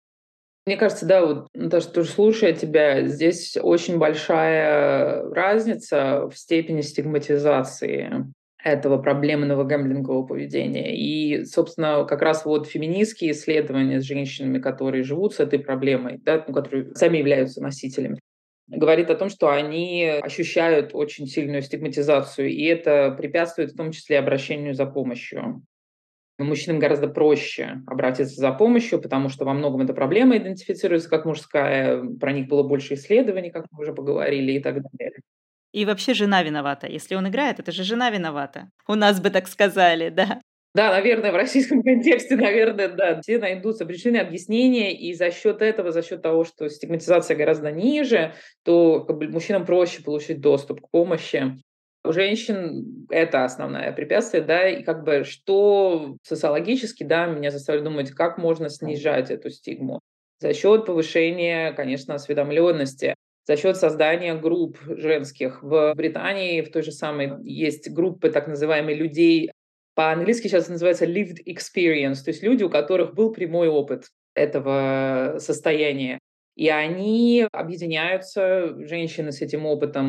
Мне кажется, да, вот Наташа, тоже слушая тебя, здесь очень большая разница в степени стигматизации этого проблемного гэмблингового поведения. И, собственно, как раз вот феминистские исследования с женщинами, которые живут с этой проблемой, да, ну, которые сами являются носителями, говорит о том, что они ощущают очень сильную стигматизацию, и это препятствует в том числе обращению за помощью. Мужчинам гораздо проще обратиться за помощью, потому что во многом эта проблема идентифицируется как мужская, про них было больше исследований, как мы уже поговорили, и так далее. И вообще жена виновата. Если он играет, это же жена виновата. У нас бы так сказали, да. Да, наверное, в российском контексте, наверное, да, все найдутся причины, объяснения, и за счет этого, за счет того, что стигматизация гораздо ниже, то как бы, мужчинам проще получить доступ к помощи. У женщин это основное препятствие, да, и как бы что социологически, да, меня заставили думать, как можно снижать эту стигму. За счет повышения, конечно, осведомленности, за счет создания групп женских. В Британии в той же самой есть группы так называемых людей, по-английски сейчас называется lived experience, то есть люди, у которых был прямой опыт этого состояния. И они объединяются, женщины с этим опытом,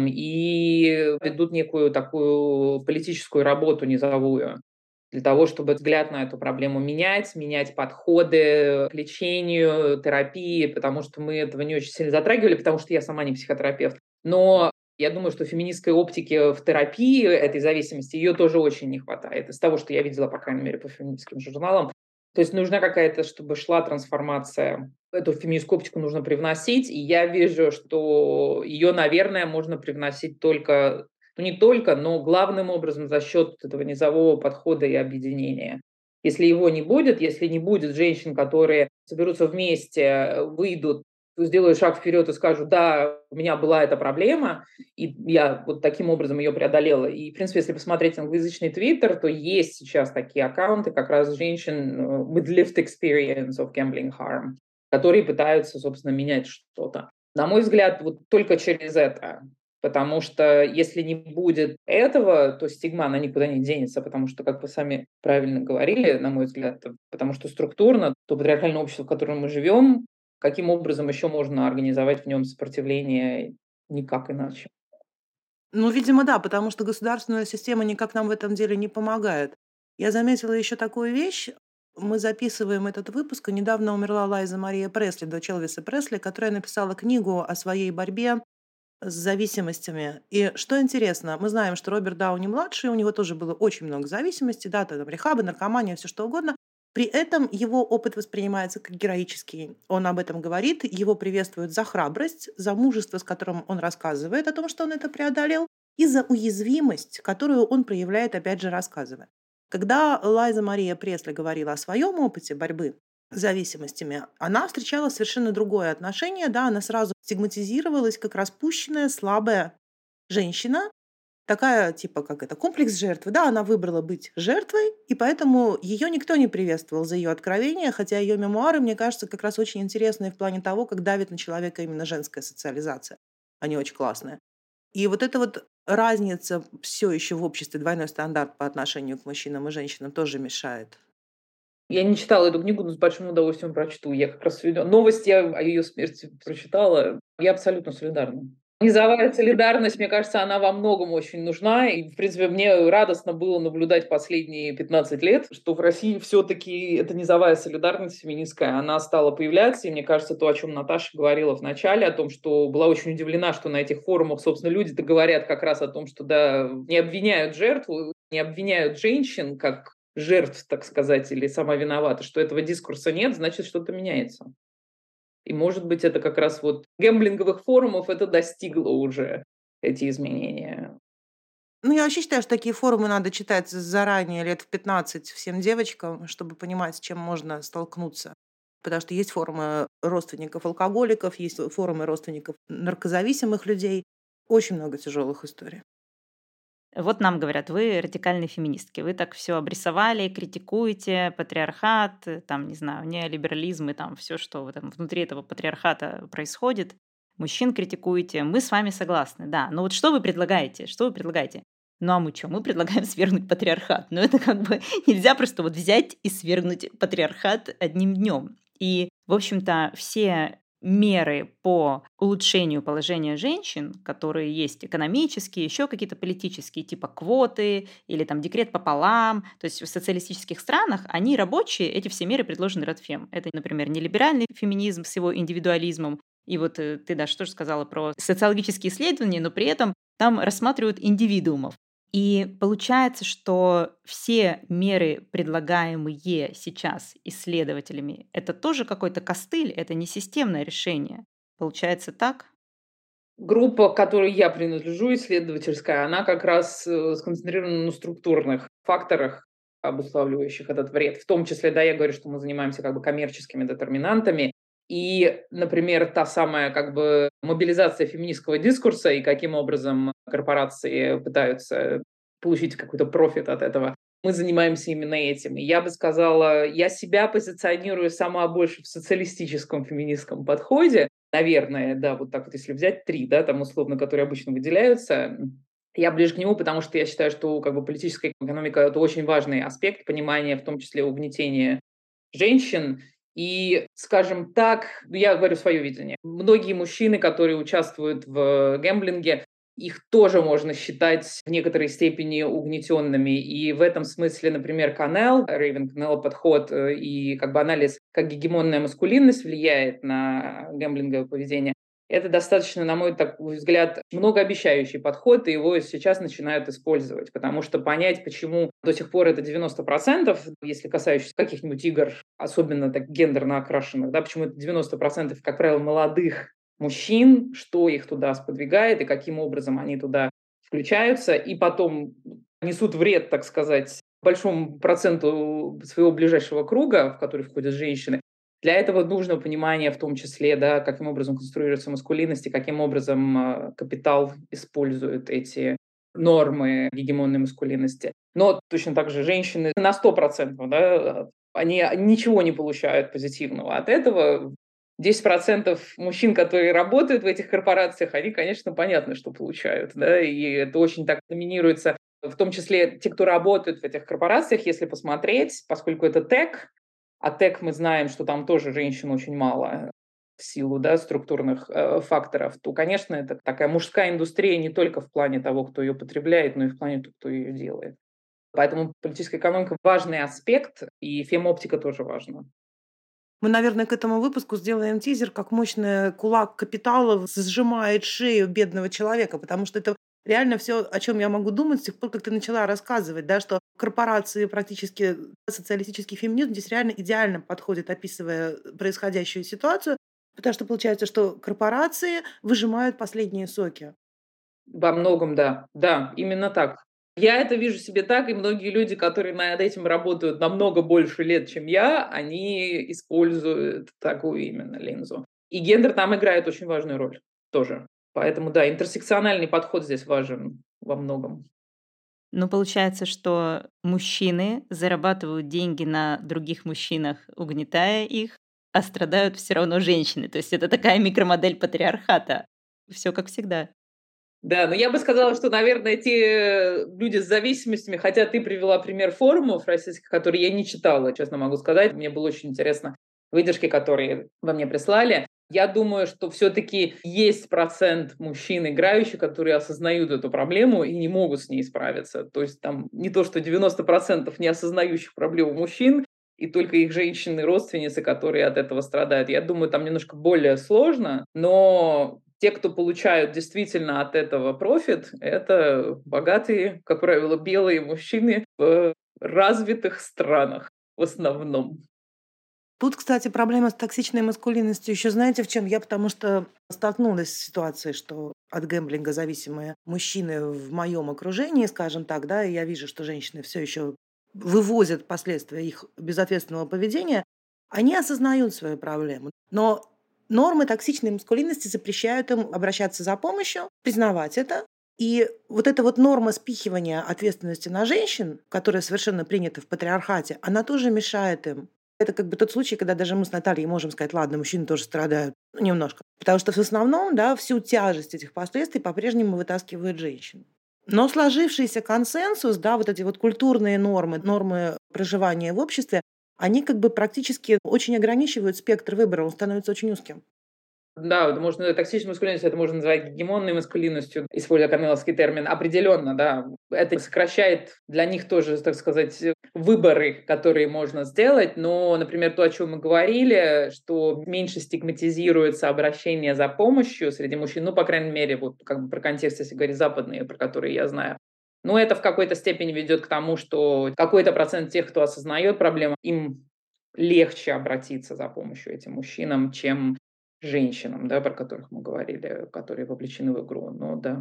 и ведут некую такую политическую работу низовую для того, чтобы взгляд на эту проблему менять, менять подходы к лечению, терапии, потому что мы этого не очень сильно затрагивали, потому что я сама не психотерапевт. Но я думаю, что феминистской оптики в терапии этой зависимости ее тоже очень не хватает. Из того, что я видела, по крайней мере, по феминистским журналам. То есть нужна какая-то, чтобы шла трансформация. Эту феминистскую оптику нужно привносить, и я вижу, что ее, наверное, можно привносить только, ну не только, но главным образом за счет этого низового подхода и объединения. Если его не будет, если не будет женщин, которые соберутся вместе, выйдут, сделают шаг вперед и скажут, да, у меня была эта проблема, и я вот таким образом ее преодолела. И, в принципе, если посмотреть англоязычный твиттер, то есть сейчас такие аккаунты как раз женщин with lived experience of gambling harm, которые пытаются, собственно, менять что-то. На мой взгляд, вот только через это. Потому что если не будет этого, то стигма, она никуда не денется, потому что, как вы сами правильно говорили, на мой взгляд, потому что структурно то патриархальное общество, в котором мы живем, каким образом еще можно организовать в нем сопротивление? Никак иначе. Ну, видимо, да, потому что государственная система никак нам в этом деле не помогает. Я заметила еще такую вещь. Мы записываем этот выпуск, и недавно умерла Лайза Мария Пресли, дочь Элвиса Пресли, которая написала книгу о своей борьбе с зависимостями. И что интересно, мы знаем, что Роберт Дауни-младший, у него тоже было очень много зависимостей, да, там рехабы, наркомания, все что угодно. При этом его опыт воспринимается как героический. Он об этом говорит, его приветствуют за храбрость, за мужество, с которым он рассказывает о том, что он это преодолел, и за уязвимость, которую он проявляет, опять же, рассказывая. Когда Лайза Мария Пресли говорила о своем опыте борьбы с зависимостями, она встречала совершенно другое отношение. Да, она сразу стигматизировалась как распущенная, слабая женщина, такая, типа, как это, комплекс жертвы. Да, она выбрала быть жертвой, и поэтому ее никто не приветствовал за ее откровения, хотя ее мемуары, мне кажется, как раз очень интересные в плане того, как давит на человека именно женская социализация. Они очень классные. И вот эта вот разница все еще в обществе, двойной стандарт по отношению к мужчинам и женщинам тоже мешает. Я не читала эту книгу, но с большим удовольствием прочту. Я как раз новость я о ее смерти прочитала. Я абсолютно солидарна. Низовая солидарность, мне кажется, она во многом очень нужна. И, в принципе, мне радостно было наблюдать последние пятнадцать лет, что в России все-таки эта низовая солидарность феминистская, она стала появляться. И мне кажется, то, о чем Наташа говорила в начале, о том, что была очень удивлена, что на этих форумах, собственно, люди-то говорят как раз о том, что да, не обвиняют жертву, не обвиняют женщин как жертв, так сказать, или сама виновата, что этого дискурса нет, значит, что-то меняется. И, может быть, это как раз вот гэмблинговых форумов это достигло уже, эти изменения. Ну, я вообще считаю, что такие форумы надо читать заранее, лет в пятнадцать всем девочкам, чтобы понимать, с чем можно столкнуться. Потому что есть форумы родственников алкоголиков, есть форумы родственников наркозависимых людей. Очень много тяжелых историй. Вот нам говорят, вы радикальные феминистки, вы так все обрисовали, критикуете патриархат, э, там, не знаю, неолиберализм и там все, что в этом, внутри этого патриархата происходит. Мужчин критикуете, мы с вами согласны, да. Но вот что вы предлагаете? Что вы предлагаете? Ну а мы что? Мы предлагаем свергнуть патриархат. Но это как бы нельзя просто вот взять и свергнуть патриархат одним днем. И, в общем-то, все меры по улучшению положения женщин, которые есть экономические, еще какие-то политические, типа квоты или там декрет пополам. То есть в социалистических странах они рабочие, эти все меры предложены Радфем. Это, например, нелиберальный феминизм с его индивидуализмом. И вот э, ты, Даша, тоже сказала про социологические исследования, но при этом там рассматривают индивидуумов. И получается, что все меры, предлагаемые сейчас исследователями, это тоже какой-то костыль, это не системное решение. Получается так? Группа, к которой я принадлежу, исследовательская, она как раз э, сконцентрирована на структурных факторах, обуславливающих этот вред. В том числе, да, я говорю, что мы занимаемся как бы коммерческими детерминантами, И, например, та самая как бы мобилизация феминистского дискурса и каким образом корпорации пытаются получить какой-то профит от этого. Мы занимаемся именно этим. И я бы сказала, я себя позиционирую сама больше в социалистическом феминистском подходе. Наверное, да, вот так вот, если взять три, да, там условно, которые обычно выделяются, я ближе к нему, потому что я считаю, что как бы политическая экономика – это очень важный аспект понимания, в том числе угнетения женщин. И, скажем так, я говорю свое видение. Многие мужчины, которые участвуют в гэмблинге, их тоже можно считать в некоторой степени угнетенными. И в этом смысле, например, Канел, Рейвен Канел подход э, и как бы анализ, как гегемонная маскулинность влияет на гэмблинговое поведение, это достаточно, на мой такой взгляд, многообещающий подход, и его сейчас начинают использовать, потому что понять, почему до сих пор это девяносто процентов, если касающихся каких-нибудь игр, особенно так гендерно окрашенных, да, почему это девяносто процентов, как правило, молодых мужчин, что их туда сподвигает и каким образом они туда включаются, и потом несут вред, так сказать, большому проценту своего ближайшего круга, в который входят женщины. Для этого нужно понимание, в том числе, да, каким образом конструируется маскулинность и каким образом э, капитал использует эти нормы гегемонной маскулинности. Но точно так же женщины на сто процентов, да, они ничего не получают позитивного от этого. десять процентов мужчин, которые работают в этих корпорациях, они, конечно, понятно, что получают. Да, и это очень так доминируется, в том числе те, кто работают в этих корпорациях, если посмотреть, поскольку это тег, а тег мы знаем, что там тоже женщин очень мало в силу, да, структурных э, факторов, то, конечно, это такая мужская индустрия не только в плане того, кто ее потребляет, но и в плане того, кто ее делает. Поэтому политическая экономика – важный аспект, и фемоптика тоже важна. Мы, наверное, к этому выпуску сделаем тизер, как мощный кулак капитала сжимает шею бедного человека, потому что это реально все, о чем я могу думать с тех пор, как ты начала рассказывать, да, что корпорации практически социалистический феминизм здесь реально идеально подходит, описывая происходящую ситуацию, потому что получается, что корпорации выжимают последние соки. Во многом, да. Да, именно так. Я это вижу себе так, и многие люди, которые над этим работают намного больше лет, чем я, они используют такую именно линзу. И гендер там играет очень важную роль тоже. Поэтому, да, интерсекциональный подход здесь важен во многом. Ну, получается, что мужчины зарабатывают деньги на других мужчинах, угнетая их, а страдают все равно женщины. То есть это такая микромодель патриархата. Все как всегда. Да, но я бы сказала, что, наверное, те люди с зависимостями, хотя ты привела пример форумов российских, которые я не читала, честно могу сказать, мне было очень интересно выдержки, которые во мне прислали. Я думаю, что все-таки есть процент мужчин, играющих, которые осознают эту проблему и не могут с ней справиться. То есть там не то, что девяносто процентов не осознающих проблему мужчин, и только их женщины, родственницы, которые от этого страдают. Я думаю, там немножко более сложно, но те, кто получают действительно от этого профит, это богатые, как правило, белые мужчины в развитых странах в основном. Тут, кстати, проблема с токсичной маскулинностью еще знаете в чем? Я потому что столкнулась с ситуацией, что от гэмблинга зависимые мужчины в моем окружении, скажем так, да, и я вижу, что женщины все еще вывозят последствия их безответственного поведения, они осознают свою проблему. Но нормы токсичной маскулинности запрещают им обращаться за помощью, признавать это. И вот эта вот норма спихивания ответственности на женщин, которая совершенно принята в патриархате, она тоже мешает им. Это как бы тот случай, когда даже мы с Натальей можем сказать, ладно, мужчины тоже страдают, ну, немножко. Потому что в основном, да, всю тяжесть этих последствий по-прежнему вытаскивают женщины. Но сложившийся консенсус, да, вот эти вот культурные нормы, нормы проживания в обществе, они как бы практически очень ограничивают спектр выбора, он становится очень узким. Да, это можно токсичную маскулинность, это можно называть гегемонной маскулинностью, используя канеловский термин. Определенно, да. Это сокращает для них тоже, так сказать, выборы, которые можно сделать. Но, например, то, о чем мы говорили, что меньше стигматизируется обращение за помощью среди мужчин, ну, по крайней мере, вот как бы про контекст, если говорить западные, про которые я знаю. Но это в какой-то степени ведет к тому, что какой-то процент тех, кто осознает проблему, им легче обратиться за помощью этим мужчинам, чем женщинам, да, про которых мы говорили, которые вовлечены в игру. Ну да.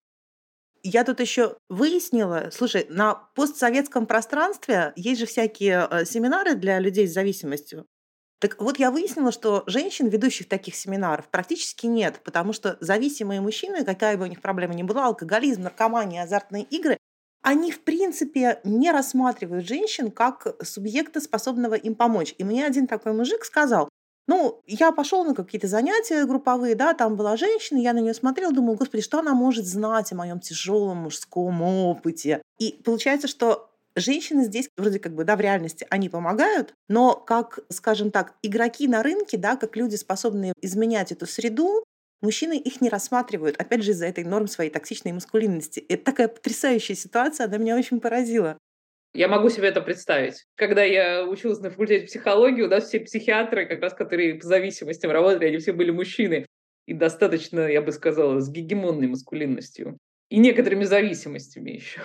Я тут еще выяснила, слушай, на постсоветском пространстве есть же всякие э, семинары для людей с зависимостью. Так вот, я выяснила, что женщин, ведущих таких семинаров, практически нет, потому что зависимые мужчины, какая бы у них проблема ни была, алкоголизм, наркомания, азартные игры, они, в принципе, не рассматривают женщин как субъекта, способного им помочь. И мне один такой мужик сказал, ну, я пошел на какие-то занятия групповые, да, там была женщина, я на нее смотрела, думаю, господи, что она может знать о моем тяжелом мужском опыте? И получается, что женщины здесь вроде как бы, да, в реальности они помогают, но как, скажем так, игроки на рынке, да, как люди, способные изменять эту среду, мужчины их не рассматривают, опять же, из-за этой норм своей токсичной маскулинности. Это такая потрясающая ситуация, она меня очень поразила. Я могу себе это представить. Когда я училась на факультете психологии, у нас все психиатры, как раз которые по зависимостям работали, они все были мужчины. И достаточно, я бы сказала, с гегемонной маскулинностью. И некоторыми зависимостями еще.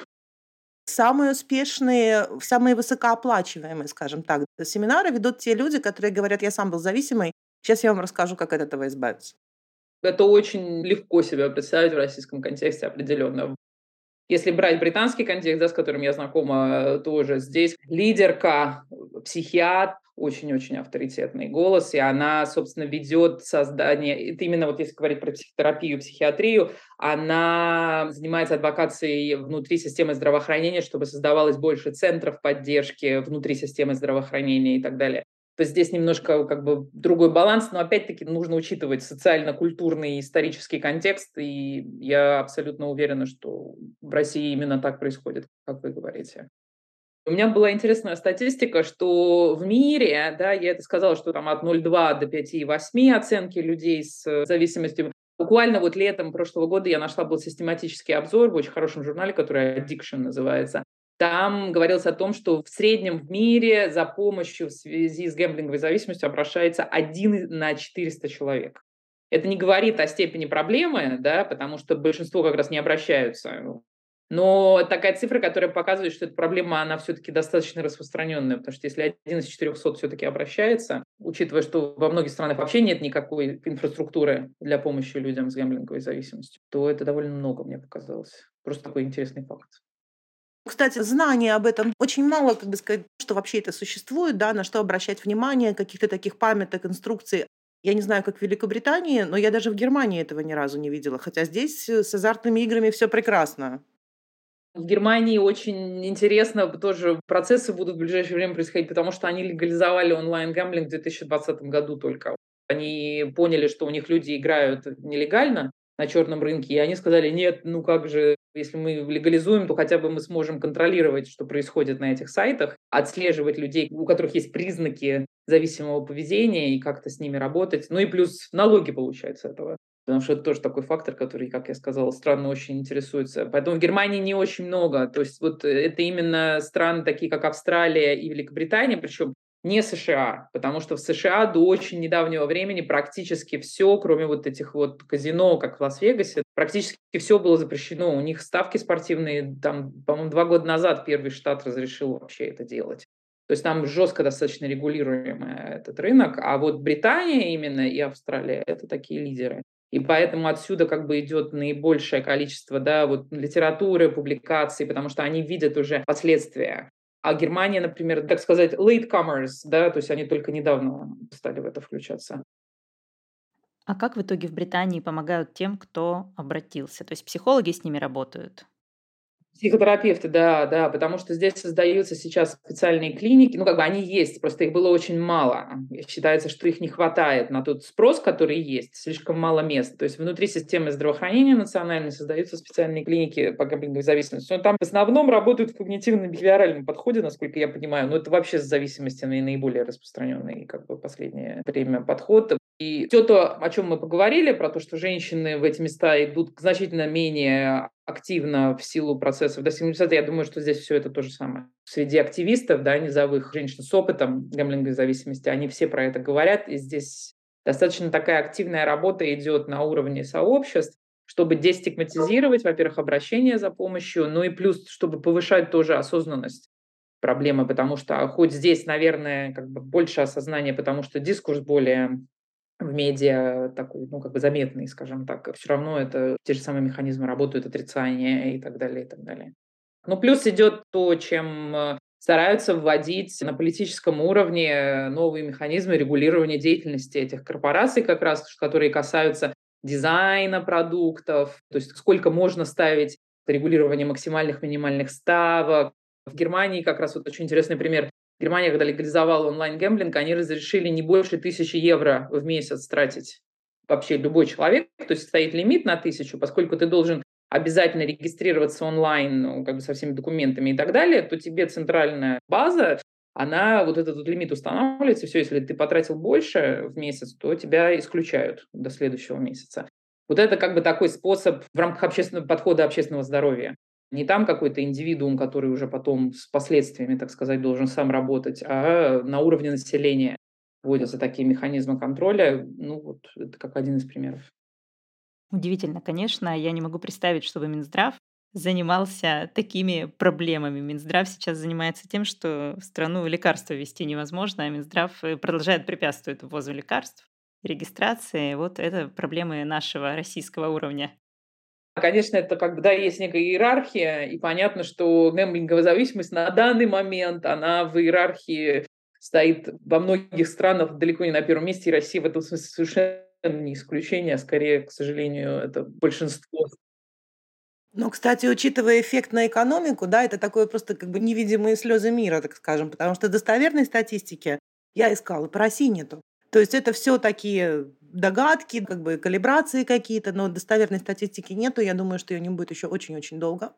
Самые успешные, самые высокооплачиваемые, скажем так, семинары ведут те люди, которые говорят, я сам был зависимый, сейчас я вам расскажу, как от этого избавиться. Это очень легко себе представить в российском контексте определенно. Если брать британский контекст, да, с которым я знакома тоже, здесь лидерка, психиатр, очень-очень авторитетный голос, и она, собственно, ведет создание, это именно вот если говорить про психотерапию, психиатрию, она занимается адвокацией внутри системы здравоохранения, чтобы создавалось больше центров поддержки внутри системы здравоохранения и так далее. То есть здесь немножко как бы другой баланс, но опять-таки нужно учитывать социально-культурный и исторический контекст, и я абсолютно уверена, что в России именно так происходит, как вы говорите. У меня была интересная статистика, что в мире, да, я это сказала, что там от ноль целых двух до пяти целых восьми оценки людей с зависимостью. Буквально вот летом прошлого года я нашла был систематический обзор в очень хорошем журнале, который Addiction называется. Там говорилось о том, что в среднем в мире за помощью в связи с гэмблинговой зависимостью обращается один на четыреста человек. Это не говорит о степени проблемы, да, потому что большинство как раз не обращаются. Но такая цифра, которая показывает, что эта проблема, она все-таки достаточно распространенная, потому что если один из четырехсот все-таки обращается, учитывая, что во многих странах вообще нет никакой инфраструктуры для помощи людям с гэмблинговой зависимостью, то это довольно много, мне показалось. Просто такой интересный факт. Кстати, знания об этом очень мало, как бы сказать, что вообще это существует, да, на что обращать внимание, каких-то таких памяток, инструкций. Я не знаю, как в Великобритании, но я даже в Германии этого ни разу не видела, хотя здесь с азартными играми все прекрасно. В Германии очень интересно тоже процессы будут в ближайшее время происходить, потому что они легализовали онлайн-гэмблинг в две тысячи двадцатом году только. Они поняли, что у них люди играют нелегально на черном рынке, и они сказали, нет, ну как же, если мы легализуем, то хотя бы мы сможем контролировать, что происходит на этих сайтах, отслеживать людей, у которых есть признаки зависимого поведения, и как-то с ними работать. Ну и плюс налоги получают с этого. Потому что это тоже такой фактор, который, как я сказала, страны очень интересуются. Поэтому в Германии не очень много. То есть вот это именно страны такие, как Австралия и Великобритания, причем не США, потому что в США до очень недавнего времени практически все, кроме вот этих вот казино, как в Лас-Вегасе, практически все было запрещено. У них ставки спортивные, там, по-моему, два года назад первый штат разрешил вообще это делать. То есть там жестко достаточно регулируемый этот рынок, а вот Британия именно и Австралия – это такие лидеры. И поэтому отсюда как бы идет наибольшее количество, да, вот литературы, публикаций, потому что они видят уже последствия. А Германия, например, так сказать, latecomers, да, то есть они только недавно стали в это включаться. А как в итоге в Британии помогают тем, кто обратился? То есть психологи с ними работают? Психотерапевты, да, да, потому что здесь создаются сейчас специальные клиники, ну, как бы они есть, просто их было очень мало. Считается, что их не хватает на тот спрос, который есть, слишком мало мест. То есть внутри системы здравоохранения национальной создаются специальные клиники по гэмблинговой зависимости. Но там в основном работают в когнитивно-бихевиоральном подходе, насколько я понимаю, но это вообще с зависимостями наиболее распространенный, как бы, в последнее время подход. И все то, о чем мы поговорили, про то, что женщины в эти места идут значительно менее активно в силу процессов достижения результата, я думаю, что здесь все это то же самое. Среди активистов, да, низовых женщин с опытом гэмблинговой зависимости, они все про это говорят, и здесь достаточно такая активная работа идет на уровне сообществ, чтобы дестигматизировать, во-первых, обращение за помощью, ну и плюс, чтобы повышать тоже осознанность проблемы, потому что хоть здесь, наверное, как бы больше осознания, потому что дискурс более в медиа такой, ну, как бы заметный, скажем так. Все равно это те же самые механизмы работают, отрицание и так далее, и так далее. Ну, плюс идет то, чем э, стараются вводить на политическом уровне новые механизмы регулирования деятельности этих корпораций, как раз, которые касаются дизайна продуктов, то есть сколько можно ставить регулирование максимальных, минимальных ставок. В Германии как раз вот очень интересный пример. Германия, когда легализовала онлайн-гэмблинг, они разрешили не больше тысячи евро в месяц тратить вообще любой человек. То есть стоит лимит на тысячу, поскольку ты должен обязательно регистрироваться онлайн, ну, как бы со всеми документами и так далее, то тебе центральная база, она, вот этот вот лимит устанавливается, все, если ты потратил больше в месяц, то тебя исключают до следующего месяца. Вот это как бы такой способ в рамках общественного подхода общественного здоровья. Не там какой-то индивидуум, который уже потом с последствиями, так сказать, должен сам работать, а на уровне населения вводятся такие механизмы контроля. Ну, вот это как один из примеров. Удивительно, конечно. Я не могу представить, чтобы Минздрав занимался такими проблемами. Минздрав сейчас занимается тем, что в страну лекарства ввести невозможно, а Минздрав э, продолжает препятствовать ввозу лекарств, регистрации. Вот это проблемы нашего российского уровня. Конечно, это как бы, да, есть некая иерархия, и понятно, что гэмблинговая зависимость на данный момент, она в иерархии стоит во многих странах далеко не на первом месте, и Россия в этом смысле совершенно не исключение, а скорее, к сожалению, это большинство. Но, кстати, учитывая эффект на экономику, да, это такое просто как бы невидимые слезы мира, так скажем, потому что достоверной статистики я искала, по России нету. То есть это все такие догадки, как бы калибрации какие-то, но достоверной статистики нету. Я думаю, что ее не будет еще очень-очень долго.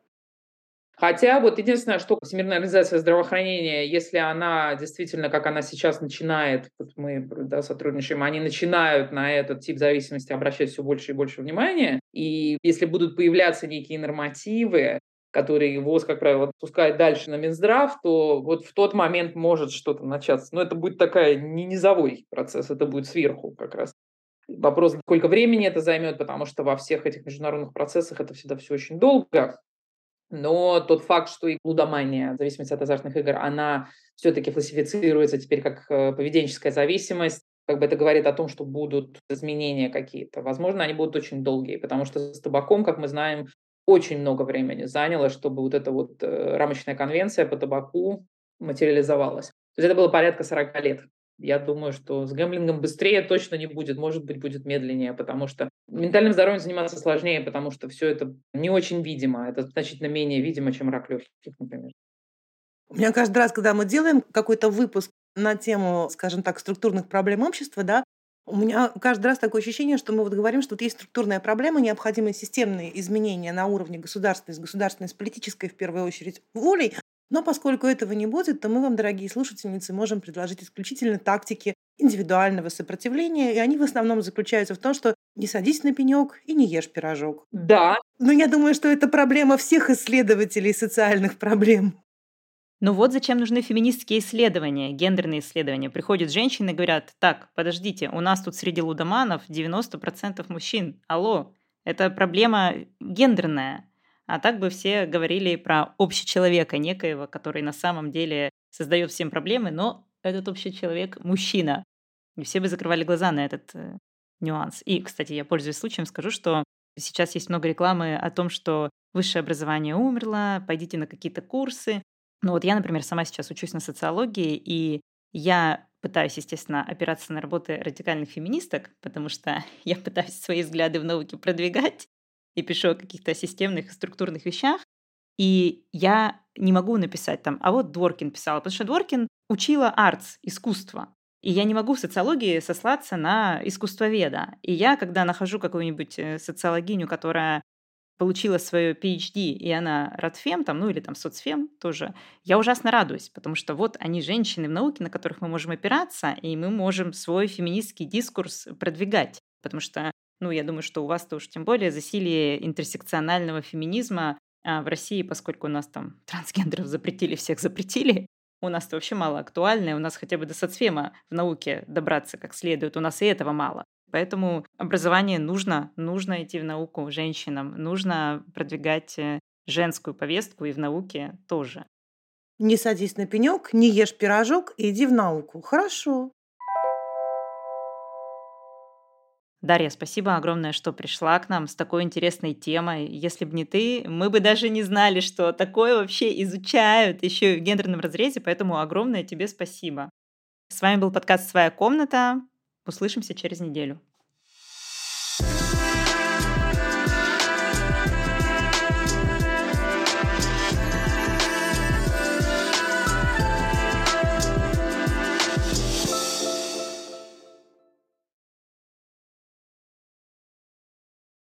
Хотя вот единственное, что Всемирная организация здравоохранения, если она действительно, как она сейчас начинает, вот мы, да, сотрудничаем, они начинают на этот тип зависимости обращать все больше и больше внимания, и если будут появляться некие нормативы, которые ВОЗ, как правило, пускает дальше на Минздрав, то вот в тот момент может что-то начаться. Но это будет такая не низовой процесс, это будет сверху как раз. Вопрос, сколько времени это займет, потому что во всех этих международных процессах это всегда все очень долго. Но тот факт, что и лудомания, зависимость от азартных игр, она все-таки классифицируется теперь как э, поведенческая зависимость, как бы это говорит о том, что будут изменения какие-то. Возможно, они будут очень долгие, потому что с табаком, как мы знаем, очень много времени заняло, чтобы вот эта вот э, рамочная конвенция по табаку материализовалась. То есть это было порядка сорок лет. Я думаю, что с гэмблингом быстрее точно не будет, может быть, будет медленнее, потому что ментальным здоровьем заниматься сложнее, потому что все это не очень видимо. Это значительно менее видимо, чем рак легких, например. У меня каждый раз, когда мы делаем какой-то выпуск на тему, скажем так, структурных проблем общества, да, у меня каждый раз такое ощущение, что мы вот говорим, что вот есть структурная проблема, необходимы системные изменения на уровне государственной, с государственной, с политической, в первую очередь, волей. Но поскольку этого не будет, то мы вам, дорогие слушательницы, можем предложить исключительно тактики индивидуального сопротивления, и они в основном заключаются в том, что не садись на пенек и не ешь пирожок. Да, Но я думаю, что это проблема всех исследователей социальных проблем. Ну вот зачем нужны феминистские исследования, гендерные исследования. Приходят женщины и говорят: так, подождите, у нас тут среди лудоманов девяносто процентов мужчин. Алло, это проблема гендерная. А так бы все говорили про общечеловека некоего, который на самом деле создает всем проблемы, но этот общечеловек – мужчина. И все бы закрывали глаза на этот э, нюанс. И, кстати, я, пользуясь случаем, скажу, что сейчас есть много рекламы о том, что высшее образование умерло, пойдите на какие-то курсы. Ну вот я, например, сама сейчас учусь на социологии, и я пытаюсь, естественно, опираться на работы радикальных феминисток, потому что я пытаюсь свои взгляды в науке продвигать и пишу о каких-то системных и структурных вещах. И я не могу написать там, а вот Дворкин писала, потому что Дворкин учила артс, искусство. И я не могу в социологии сослаться на искусствоведа. И я, когда нахожу какую-нибудь э, социологиню, которая получила свое пи эйч ди, и она радфем, там, ну или там соцфем тоже, я ужасно радуюсь, потому что вот они женщины в науке, на которых мы можем опираться, и мы можем свой феминистский дискурс продвигать. Потому что, ну, я думаю, что у вас-то уж тем более засилие интерсекционального феминизма а в России, поскольку у нас там трансгендеров запретили, всех запретили, у нас-то вообще мало актуальное, у нас хотя бы до соцфема в науке добраться как следует, у нас и этого мало. Поэтому образование нужно, нужно идти в науку женщинам, нужно продвигать э, женскую повестку и в науке тоже. Не садись на пенек, не ешь пирожок и иди в науку. Хорошо. Дарья, спасибо огромное, что пришла к нам с такой интересной темой. Если бы не ты, мы бы даже не знали, что такое вообще изучают еще и в гендерном разрезе, поэтому огромное тебе спасибо. С вами был подкаст «Своя комната». Услышимся через неделю.